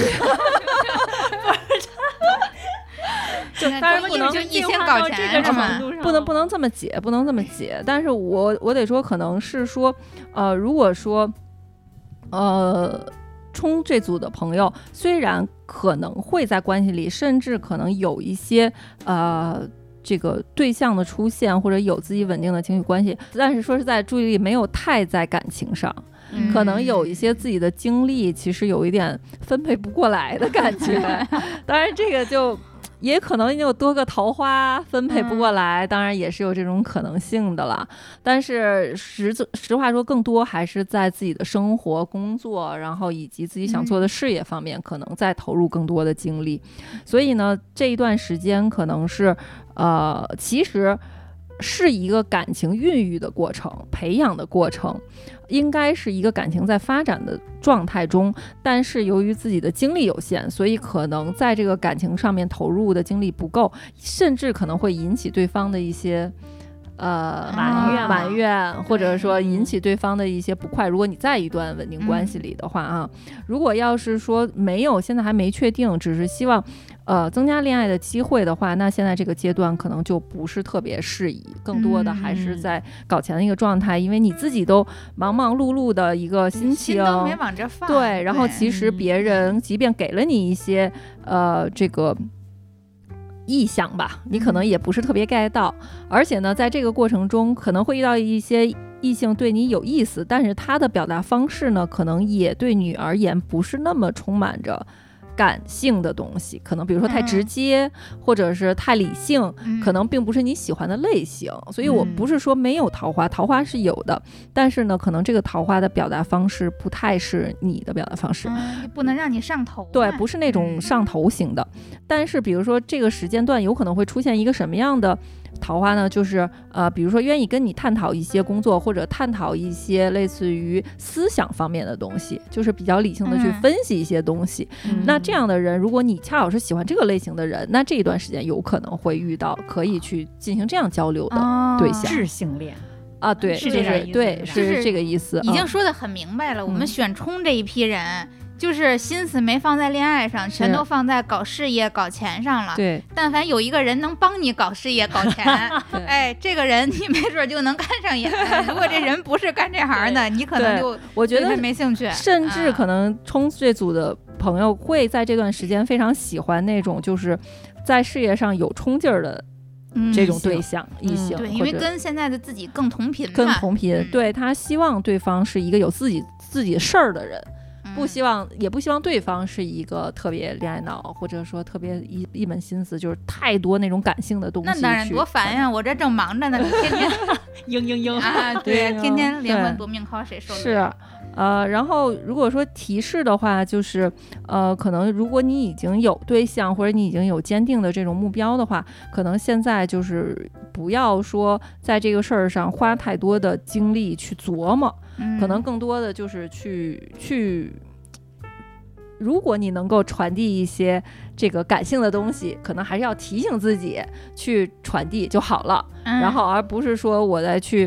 就当然不能就一心搞钱是吗？ 不能不能这么解，不能这么解。但是我我得说，可能是说，呃，如果说，呃，冲这组的朋友，虽然可能会在关系里，甚至可能有一些呃这个对象的出现，或者有自己稳定的情侣关系，但是说实在，注意力没有太在感情上。 嗯、 可能有一些自己的精力，其实有一点分配不过来的感觉。当然，这个就。也可能有多个桃花分配不过来，嗯、当然也是有这种可能性的了。但是实实话说，更多还是在自己的生活、工作，然后以及自己想做的事业方面，嗯、可能在投入更多的精力。所以呢，这一段时间可能是，呃，其实是一个感情孕育的过程、培养的过程。应该是一个感情在发展的状态中，但是由于自己的精力有限，所以可能在这个感情上面投入的精力不够，甚至可能会引起对方的一些呃埋怨埋怨，或者说引起对方的一些不快。如果你在一段稳定关系里的话啊，嗯、如果要是说没有，现在还没确定，只是希望呃增加恋爱的机会的话，那现在这个阶段可能就不是特别适宜，更多的还是在搞钱的一个状态，嗯、因为你自己都忙忙碌碌的一个心情， 心都没往这放。 对，然后其实别人即便给了你一些呃这个意向吧，你可能也不是特别 get 到，嗯、而且呢，在这个过程中可能会遇到一些异性对你有意思，但是他的表达方式呢，可能也对你而言不是那么充满着感性的东西，可能比如说太直接，嗯、或者是太理性，嗯、可能并不是你喜欢的类型。所以我不是说没有桃花，桃花是有的，但是呢，可能这个桃花的表达方式不太是你的表达方式， 嗯、不能让你上头。 对，不是那种上头型的。嗯、但是比如说这个时间段有可能会出现一个什么样的桃花呢？就是呃，比如说愿意跟你探讨一些工作，或者探讨一些类似于思想方面的东西，就是比较理性的去分析一些东西。嗯、那这样的人，如果你恰好是喜欢这个类型的人，那这一段时间有可能会遇到可以去进行这样交流的对象。 智性恋啊，对， 是这个意思， 对，是这个意思。 已经说得很明白了，嗯、我们选冲这一批人。就是心思没放在恋爱上，全都放在搞事业搞钱上了。 对， 但凡有一个人能帮你搞事业搞钱，哎，这个人你没准就能看上眼。如果这人不是干这行的，你可能就我觉得没兴趣。 甚至可能冲这组的朋友会在这段时间非常喜欢那种就是在事业上有冲劲儿的这种对象，异、嗯、性、嗯， 对，因为跟现在的自己更同频嘛， 更同频。嗯、对，他希望对方是一个有自己自己事儿的人。不希望，也不希望对方是一个特别恋爱脑，或者说特别一一门心思就是太多那种感性的东西。 那当然多烦呀！我这正忙着呢，天天嘤嘤嘤啊，对，天天连环夺命 call， 谁受得了？ 是，呃，然后如果说提示的话，就是呃，可能如果你已经有对象，或者你已经有坚定的这种目标的话，可能现在就是不要说在这个事儿上花太多的精力去琢磨。 嗯、 可能更多的就是去去，如果你能够传递一些这个感性的东西，可能还是要提醒自己去传递就好了， 嗯、 然后而不是说我再去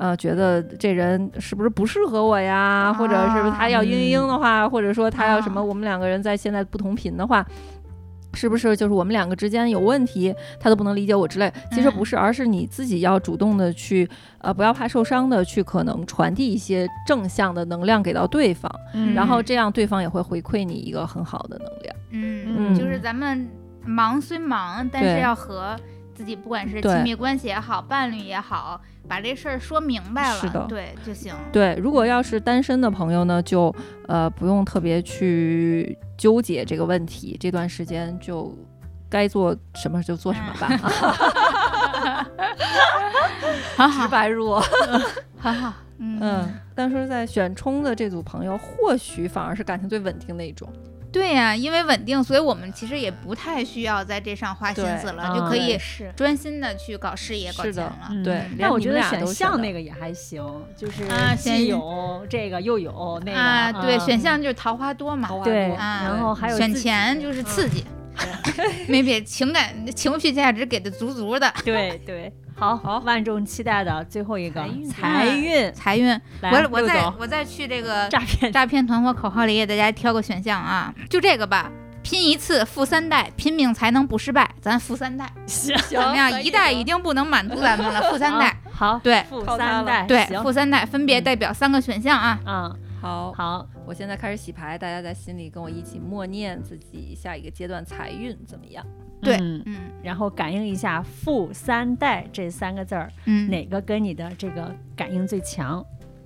呃，觉得这人是不是不适合我呀，或者是他要嘤嘤嘤的话，或者说他要什么，我们两个人在现在不同频的话。是不是就是我们两个之间有问题，他都不能理解我之类？其实不是，而是你自己要主动的去，呃，不要怕受伤的去可能传递一些正向的能量给到对方，嗯、然后这样对方也会回馈你一个很好的能量。 嗯，嗯就是咱们忙虽忙，但是要和自己不管是亲密关系也好，伴侣也好，把这事儿说明白了， 是的， 对就行。 对，如果要是单身的朋友呢，就呃不用特别去纠结这个问题，这段时间就该做什么就做什么吧。 好直白弱， 好好，嗯嗯。但是在选冲的这组朋友，或许反而是感情最稳定的一种。 对呀、啊，因为稳定，所以我们其实也不太需要在这上花心思了，就可以专心的去搞事业、搞钱了。 嗯、对， 但我觉得选项那个也还行，就是既有这个又有那个。 啊，对，选项就是桃花多嘛。 对， 啊、 然后还有选钱就是刺激，没别情感情绪价值给的足足的。 对对。好，好，万众期待的最后一个财运，财运。我我再我再去这个诈骗诈骗团伙口号里给大家挑个选项啊，就这个吧，拼一次富三代，拼命才能不失败，咱富三代， 行， 怎么样？一代已经不能满足咱们了，富三代， 好， 对， 富三代， 对，富三代分别代表三个选项啊， 嗯，好， 好， 我现在开始洗牌，大家在心里跟我一起默念自己下一个阶段财运怎么样？ 对， 嗯嗯，然后感应一下富三代这三个字儿， 嗯， 哪个跟你的这个感应最强？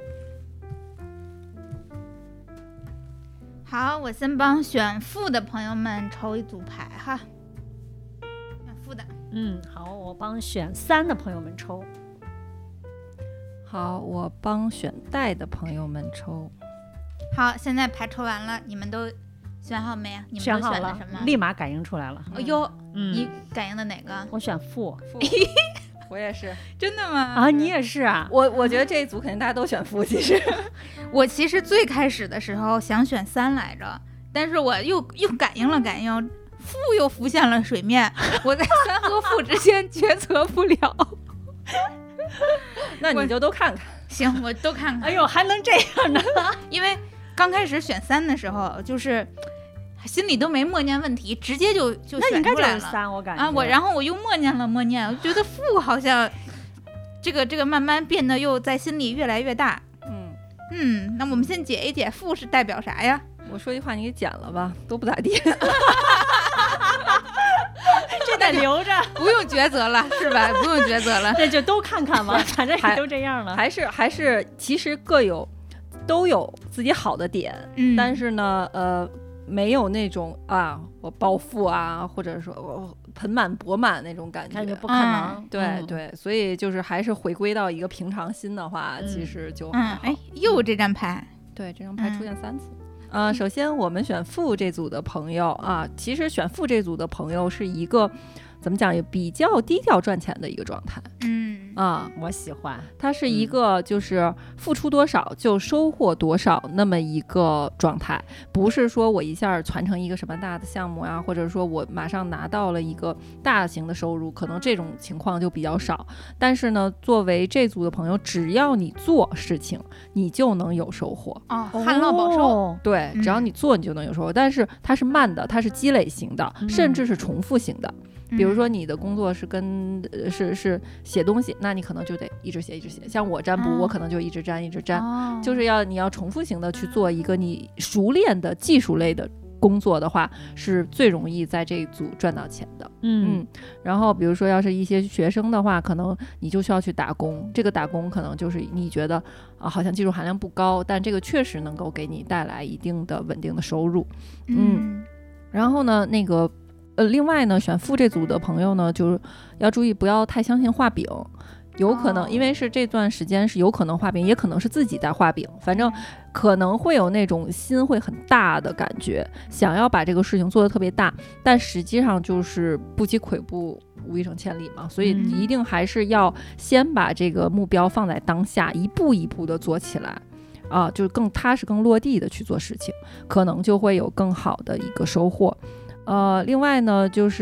好，我先帮选富的朋友们抽一组牌哈，选富的， 嗯，好，我帮选三的朋友们抽。 好，我帮选代的朋友们抽。 好，现在牌抽完了，你们都选好没？你们都选的什么？ 立马感应出来了。 哦哟， 嗯， 你感应的哪个？ 我选富。 富我也是。 真的吗？ 啊，你也是啊。 我我觉得这一组肯定大家都选富。其实， 我其实最开始的时候想选三来着，但是我又又感应了感应，富又浮现了水面，我在三和富之间抉择不了。 那你就都看看。 行，我都看看。 哎呦，还能这样呢？ 因为刚开始选三的时候，就是心里都没默念问题，直接就就选出来了。那应该就是三，我感觉啊，我然后我又默念了默念，我觉得富好像这个这个慢慢变得又在心里越来越大。 嗯嗯，那我们先解一解富是代表啥呀？ 我说句话，你给剪了吧，都不咋地。 这得留着， 不用抉择了，是吧？不用抉择了， 那就都看看吧，反正也都这样了。 还是还是，其实各有都有自己好的点， 嗯， 但是呢，呃，没有那种啊，我暴富啊，或者说我盆满钵满那种感觉， 感觉不可能。 嗯、对、嗯、对，所以就是还是回归到一个平常心的话，嗯、其实就嗯，哎，又这张牌， 对，这张牌出现三次。嗯、呃，首先我们选富这组的朋友啊，其实选富这组的朋友是一个怎么讲，也比较低调赚钱的一个状态。 嗯啊， 我喜欢。 它是一个就是付出多少就收获多少那么一个状态，不是说我一下传承一个什么大的项目啊，或者说我马上拿到了一个大型的收入，可能这种情况就比较少。但是呢，作为这组的朋友，只要你做事情，你就能有收获。 哦，旱涝保收。 哦、 对，只要你做，你就能有收获。嗯、但是它是慢的，它是积累型的，嗯、甚至是重复型的。比如说你的工作是跟、呃、是是写东西，那你可能就得一直写一直写。像我占卜、哦、我可能就一直占一直占、哦、就是要你要重复型的去做一个你熟练的技术类的工作的话，是最容易在这一组赚到钱的。 嗯, 嗯然后比如说要是一些学生的话，可能你就需要去打工，这个打工可能就是你觉得啊好像技术含量不高，但这个确实能够给你带来一定的稳定的收入。 嗯, 嗯然后呢那个呃，另外呢，选富这组的朋友呢，就是要注意不要太相信画饼，有可能、哦、因为是这段时间是有可能画饼，也可能是自己在画饼，反正可能会有那种心会很大的感觉，想要把这个事情做得特别大，但实际上就是不积跬步无以成千里嘛，所以一定还是要先把这个目标放在当下，一步一步的做起来。啊，就是更踏实、更落地的去做事情，可能就会有更好的一个收获。呃，另外呢，就是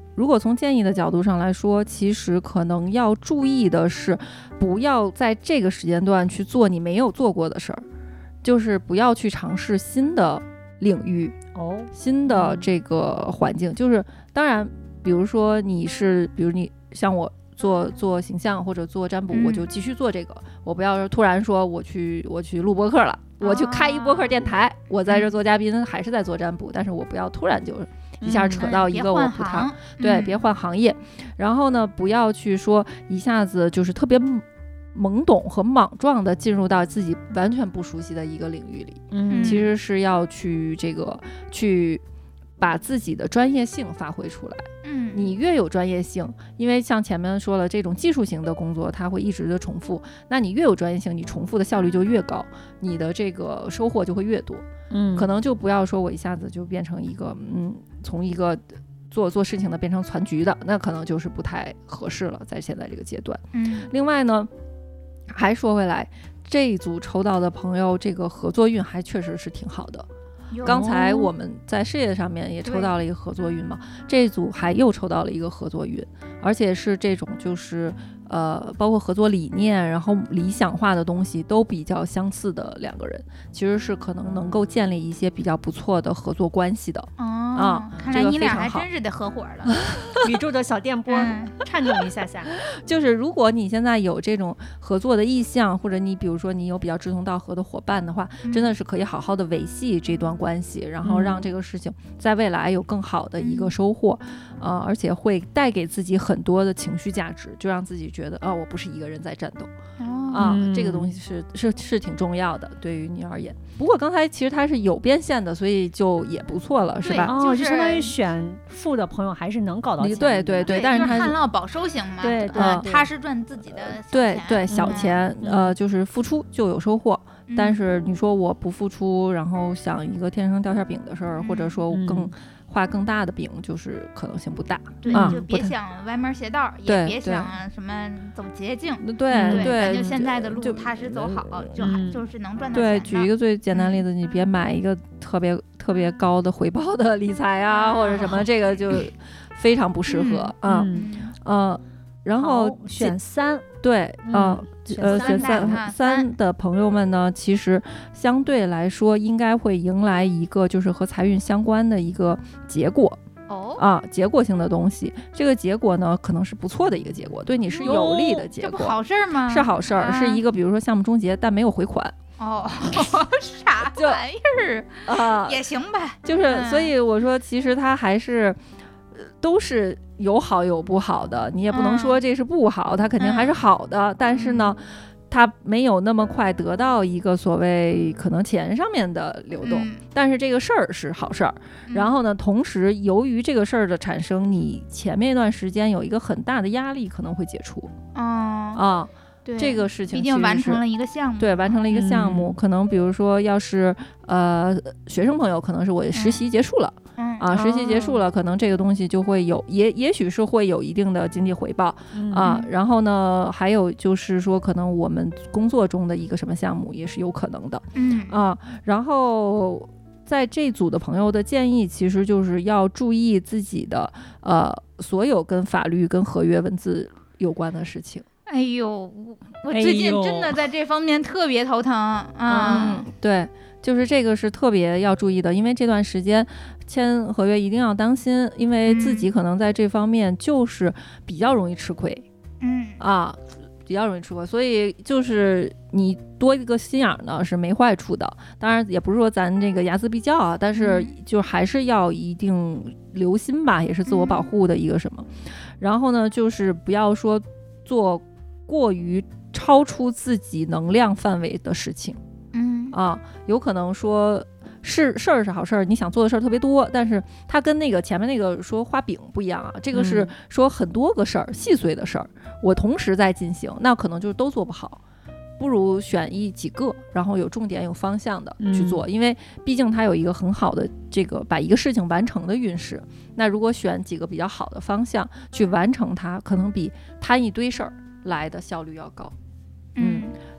如果从建议的角度上来说，其实可能要注意的是，不要在这个时间段去做你没有做过的事儿，就是不要去尝试新的领域哦， 新的这个环境。就是当然，比如说你是，比如你像我做做形象或者做占卜， 嗯、 我就继续做这个，我不要突然说我去我去录播客了，我去开一播客电台，啊、我在这做嘉宾，还是在做占卜，但是我不要突然就一下扯到一个我不太、 嗯、 对， 嗯、 别换行业。然后呢，不要去说一下子就是特别懵懂和莽撞的进入到自己完全不熟悉的一个领域里。 嗯， 其实是要去这个去把自己的专业性发挥出来。 嗯， 你越有专业性，因为像前面说了，这种技术型的工作它会一直的重复，那你越有专业性，你重复的效率就越高，你的这个收获就会越多。 嗯， 可能就不要说我一下子就变成一个嗯，从一个做做事情的变成攒局的，那可能就是不太合适了，在现在这个阶段。 嗯， 另外呢，还说回来，这一组抽到的朋友，这个合作运还确实是挺好的。刚才我们在事业上面也抽到了一个合作运嘛，这一组还又抽到了一个合作运，而且是这种就是呃，包括合作理念，然后理想化的东西都比较相似的两个人，其实是可能能够建立一些比较不错的合作关系的。 哦， 啊， 看来你俩还真是得合伙了。 宇宙的小电波、嗯、颤动一下下。 就是如果你现在有这种合作的意向，或者你比如说你有比较志同道合的伙伴的话， 嗯、 真的是可以好好的维系这段关系，然后让这个事情在未来有更好的一个收获， 嗯、 呃，而且会带给自己很多的情绪价值，就让自己觉得啊、哦，我不是一个人在战斗。 哦、 啊，这个东西是是是挺重要的，对于你而言。不过刚才其实它是有变现的，所以就也不错了，是吧？ 哦，就相当于选富的朋友还是能搞到钱。 对对对，但是它就是旱涝保收型嘛， 对对、 呃，踏实赚自己的小钱。 对对，小钱、 嗯、 呃，就是付出就有收获。 嗯、 但是你说我不付出，然后想一个天上掉馅饼的事儿， 嗯、 或者说更。画更大的饼，就是可能性不大。 对， 啊、 就别想歪门邪道，也别想什么走捷径。 对、 嗯、 对， 咱就现在的路踏实走好，就还、 嗯、 就是能赚到钱。 对，举一个最简单例子，你别买一个特别特别高的回报的理财啊，或者什么，这个就非常不适合啊。 嗯呃，然后选三， 对，啊、呃。呃，选三三的朋友们呢，其实相对来说应该会迎来一个就是和财运相关的一个结果哦啊，结果性的东西。这个结果呢，可能是不错的一个结果，对你是有利的结果。 这不好事吗？ 是好事儿、啊，是一个比如说项目终结但没有回款。 哦，啥玩意儿啊？也行呗。 就是，嗯、所以我说，其实它还是。都是有好有不好的，你也不能说这是不好，嗯、它肯定还是好的，嗯、但是呢，它没有那么快得到一个所谓可能钱上面的流动， 嗯、 但是这个事儿是好事儿。 嗯、 然后呢，同时由于这个事儿的产生，你前面一段时间有一个很大的压力可能会解除。 哦、 啊。 对， 这个事情毕竟完成了一个项目， 对，完成了一个项目， 嗯、 可能比如说，要是呃学生朋友，可能是我实习结束了， 嗯、 啊，实习结束了， 哦、 可能这个东西就会有，也也许是会有一定的经济回报、 嗯、 啊。然后呢，还有就是说，可能我们工作中的一个什么项目也是有可能的， 嗯啊，然后。在这组的朋友的建议，其实就是要注意自己的呃所有跟法律跟合约文字有关的事情。 哎呦，我最近真的在这方面特别头疼啊、 嗯嗯！对，就是这个是特别要注意的，因为这段时间签合约一定要当心，因为自己可能在这方面就是比较容易吃亏。 嗯啊。比较容易吃亏，所以就是你多一个心眼呢是没坏处的。当然也不是说咱这个睚眦必较啊，但是就还是要一定留心吧，也是自我保护的一个什么。然后呢，就是不要说做过于超出自己能量范围的事情。 嗯啊，有可能说。是事儿是好事儿，你想做的事儿特别多，但是它跟那个前面那个说画饼不一样啊，这个是说很多个事儿、嗯、细碎的事儿，我同时在进行，那可能就是都做不好，不如选一几个，然后有重点有方向的去做，嗯、因为毕竟它有一个很好的这个把一个事情完成的运势，那如果选几个比较好的方向去完成它，可能比摊一堆事儿来的效率要高。嗯，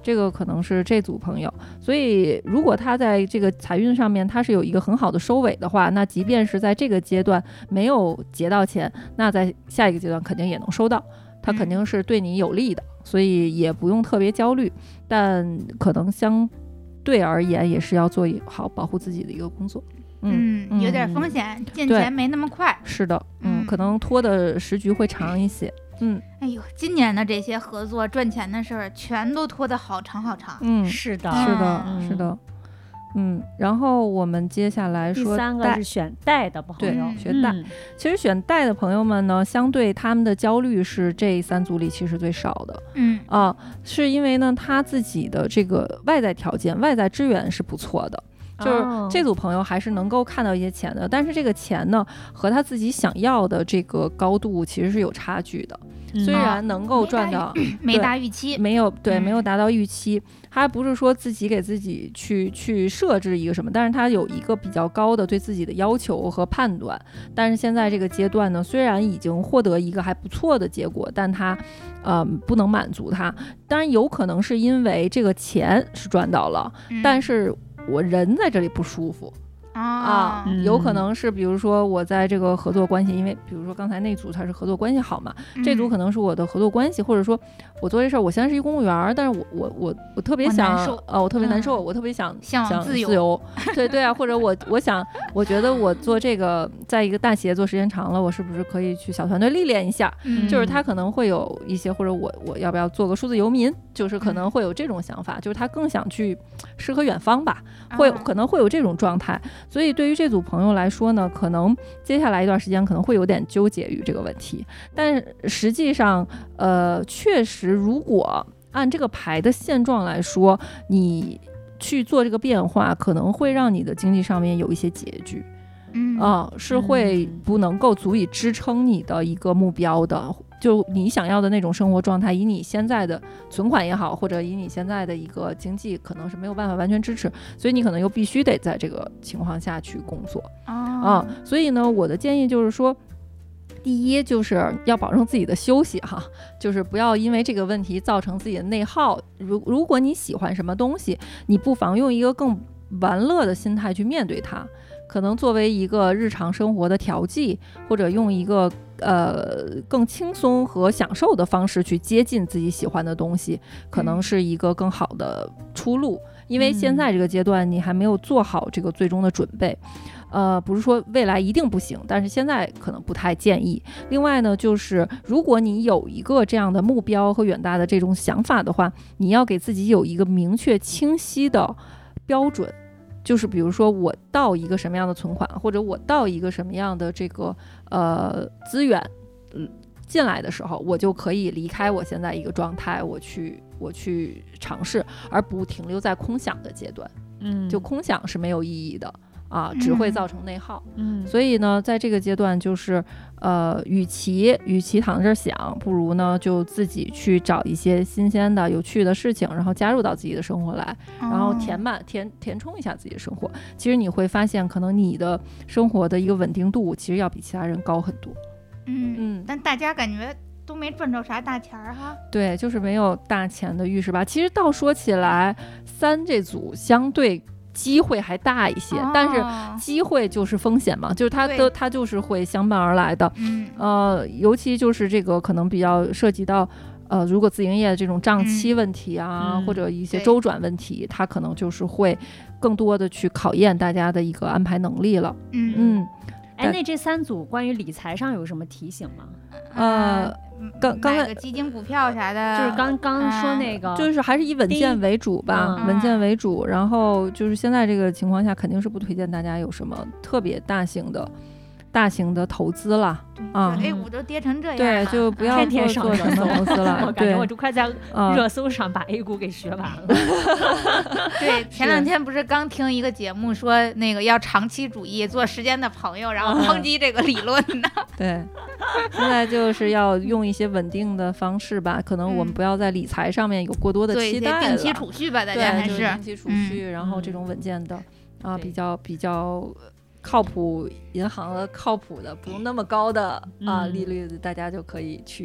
这个可能是这组朋友。所以如果他在这个财运上面他是有一个很好的收尾的话，那即便是在这个阶段没有结到钱，那在下一个阶段肯定也能收到，他肯定是对你有利的，所以也不用特别焦虑，但可能相对而言也是要做好保护自己的一个工作。 嗯，嗯有点风险，见钱没那么快。 是的，嗯，可能拖的时局会长一些。嗯， 哎呦，今年的这些合作赚钱的事儿，全都拖得好长好长。 嗯， 是的， 是的，嗯、是的。嗯，然后我们接下来说第三个是选贷的朋友， 对，选贷、嗯。其实选贷的朋友们呢，相对他们的焦虑是这三组里其实最少的。 嗯啊、呃，是因为呢，他自己的这个外在条件、外在资源是不错的。就是这组朋友还是能够看到一些钱的，但是这个钱呢和他自己想要的这个高度其实是有差距的。嗯、虽然能够赚到、 嗯、没达预期， 没有对、 嗯、 没有达到预期，他不是说自己给自己去去设置一个什么，但是他有一个比较高的对自己的要求和判断。但是现在这个阶段呢，虽然已经获得一个还不错的结果，但他呃不能满足他。当然有可能是因为这个钱是赚到了， 嗯、 但是我人在这里不舒服啊, 啊、嗯，有可能是比如说我在这个合作关系，因为比如说刚才那组它是合作关系好嘛、嗯，这组可能是我的合作关系，或者说我做这事儿，我现在是一公务员，但是我我我我特别想呃，我特别难受，嗯、我特别想向往自由， 自由对对啊，或者我我想我觉得我做这个在一个大企业做时间长了，我是不是可以去小团队历练一下？ 嗯、 就是他可能会有一些，或者我我要不要做个数字游民？就是可能会有这种想法，嗯、就是他更想去诗和远方吧，会、啊、可能会有这种状态。所以对于这组朋友来说呢，可能接下来一段时间可能会有点纠结于这个问题，但实际上，呃，确实，如果按这个牌的现状来说，你去做这个变化，可能会让你的经济上面有一些拮据。 嗯啊、呃，是会不能够足以支撑你的一个目标的，就你想要的那种生活状态，以你现在的存款也好，或者以你现在的一个经济，可能是没有办法完全支持，所以你可能又必须得在这个情况下去工作啊、 哦呃。所以呢，我的建议就是说，第一就是要保证自己的休息哈，就是不要因为这个问题造成自己的内耗。如如果你喜欢什么东西，你不妨用一个更玩乐的心态去面对它。可能作为一个日常生活的调剂，或者用一个呃更轻松和享受的方式去接近自己喜欢的东西，可能是一个更好的出路。因为现在这个阶段你还没有做好这个最终的准备，呃，不是说未来一定不行，但是现在可能不太建议。另外呢，就是如果你有一个这样的目标和远大的这种想法的话，你要给自己有一个明确清晰的标准。就是比如说我到一个什么样的存款，或者我到一个什么样的这个呃资源嗯进来的时候，我就可以离开我现在一个状态，我去我去尝试，而不停留在空想的阶段。嗯，就空想是没有意义的啊，只会造成内耗。嗯，所以呢，在这个阶段，就是呃，与其与其躺在这儿想，不如呢就自己去找一些新鲜的、有趣的事情，然后加入到自己的生活来，然后填满、填填充一下自己的生活。其实你会发现，可能你的生活的一个稳定度，其实要比其他人高很多。 嗯嗯，但大家感觉都没赚着啥大钱儿哈。 对，就是没有大钱的预示吧。其实倒说起来，三这组相对机会还大一些、哦、但是机会就是风险嘛，就是它的它就是会相伴而来的。 嗯， 呃，尤其就是这个可能比较涉及到呃，如果自营业的这种账期问题啊、嗯，或者一些周转问题，它可能就是会更多的去考验大家的一个安排能力了。 嗯嗯， 哎，那这三组关于理财上有什么提醒吗？ 呃。刚刚买个基金股票啥的， 就是刚刚说那个、 嗯，就是还是以稳健为主吧，稳健为主。然后就是现在这个情况下，肯定是不推荐大家有什么特别大型的、大型的投资了啊。 A 股都跌成这样， 对，就不要天天上做什么投资了。 我感觉我就快在热搜上把 A 股给学完了。 对，前两天不是刚听一个节目说那个要长期主义做时间的朋友，然后抨击这个理论呢。 对。现在就是要用一些稳定的方式吧，可能我们不要在理财上面有过多的期待了。 对，定期储蓄吧，大家还是定期储蓄、嗯，然后这种稳健的、嗯、啊，比较比较靠谱，银行的靠谱的，不用那么高的、嗯、啊利率，大家就可以去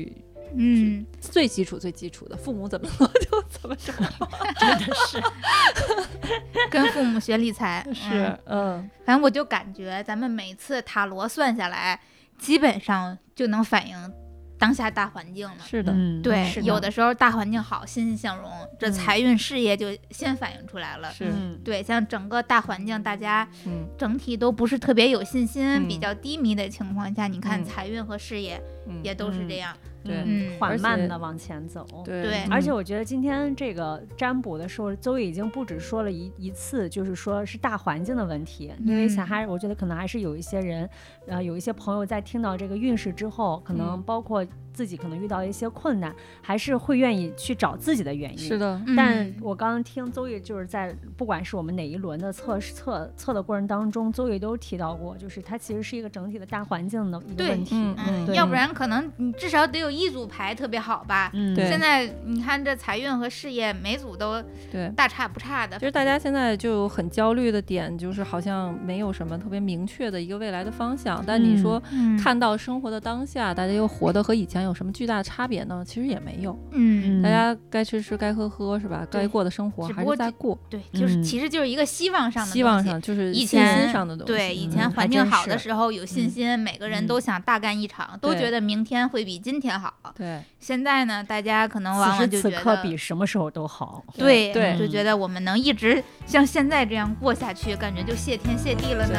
嗯， 最基础最基础的，父母怎么说就怎么说， 真的是跟父母学理财是，嗯， 嗯，反正我就感觉咱们每次塔罗算下来，基本上就能反映当下大环境了。 是的， 嗯， 对， 是的有的时候大环境好，欣欣向荣，这财运事业就先反映出来了。 是， 嗯对，像整个大环境，大家嗯整体都不是特别有信心， 嗯比较低迷的情况下，你看嗯财运和事业嗯也都是这样。 对嗯缓慢而且的往前走。 对对嗯而且我觉得今天这个占卜的时候，邹已经不止说了一一次，就是说是大环境的问题。因为想还我觉得可能还是有一些人，呃，有一些朋友在听到这个运势之后，可能嗯包括自己可能遇到一些困难，还是会愿意去找自己的原因。 是的， 嗯但我刚刚听邹毅就是在不管是我们哪一轮的测试测测的过程当中，邹毅都提到过，就是它其实是一个整体的大环境的一个对问题。 嗯嗯， 对要不然可能你至少得有一组牌特别好吧。 嗯， 对现在你看这财运和事业每组都对。 大差不差的其。实大家现在就有很焦虑的点，就是好像没有什么特别明确的一个未来的方向。但你说嗯看到生活的当下，大家又活得和以前有什么巨大的差别呢？其实也没有， 嗯， 大家该吃吃该喝喝是吧？该过的生活还只不过这是在过， 对，就是嗯其实就是一个希望上的东西， 希望上就是以信前心上的东西。 对，以嗯前环境好的时候有信嗯心，每个人都想大干一场，都对觉得明天会比今天好。 对现在呢，大家可能往此时往就觉得， 此刻比什么时候都好。 对对就觉得我们能一直像现在这样过下去，感觉就谢天谢地了呢。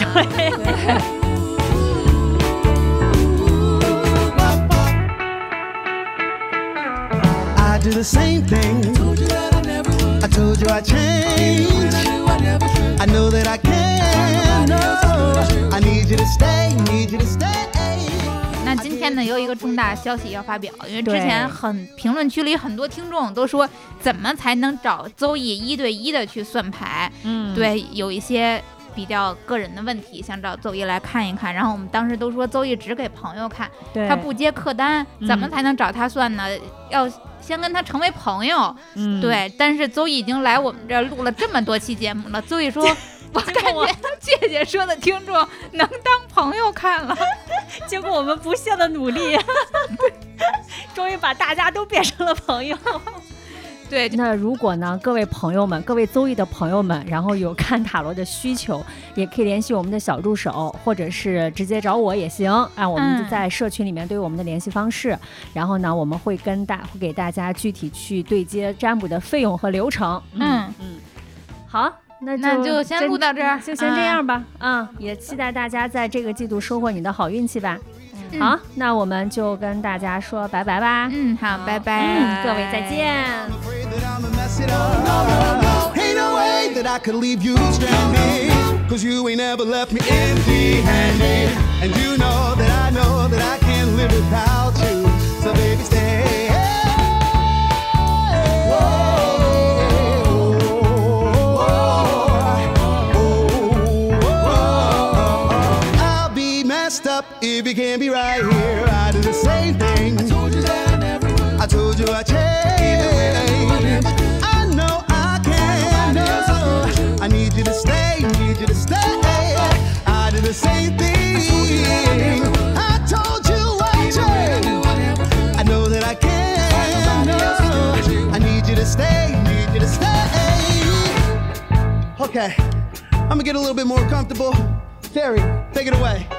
I do the same thing. I told you I'd change. I know that I can. No, I need you to stay. Need you to stay. 那今天呢，有一个重大消息要发表，因为之对前很评论区里很多听众都说，怎么才能找邹毅一对一的去算牌？ 嗯， 对，有一些比较个人的问题，想找邹毅来看一看。然后我们当时都说，邹毅只给朋友看， 对， 他不接客单， 嗯怎么才能找他算呢？要先跟他成为朋友。 嗯， 对，但是邹毅已经来我们这儿录了这么多期节目了，邹毅说。我感果我觉姐姐说的听众能当朋友看了， 经过我们不懈的努力，终于把大家都变成了朋友。 对， 那如果呢，各位朋友们，各位邹毅的朋友们，然后有看塔罗的需求，也可以联系我们的小助手，或者是直接找我也行。啊，我们嗯在社群里面都有我们的联系方式，然后呢，我们会跟大会给大家具体去对接占卜的费用和流程。 嗯， 嗯，好。那就那就先真录到这儿就先这样吧。啊、也期待大家在这个季度收获你的好运气吧。 嗯好，那我们就跟大家说拜拜吧。 嗯，好，拜拜， 嗯，各位再见。 I'm afraid that I'ma mess it up. No, no, no. Ain't no way that I could leave you stranded. Cause you ain't ever left me empty handed. And you know that I know that I can't live without you. So baby stay. I'll be messed up if you can't be right here. I do the same thing. I told you that I never would. I told you I changed. I know I can. No, I need you to stay. Need you to stay. I do the same thing. I told you I changed. I know that I can. No, I need you to stay. Need you to stay. Okay, I'm gonna get a little bit more comfortable. Terry, take it away.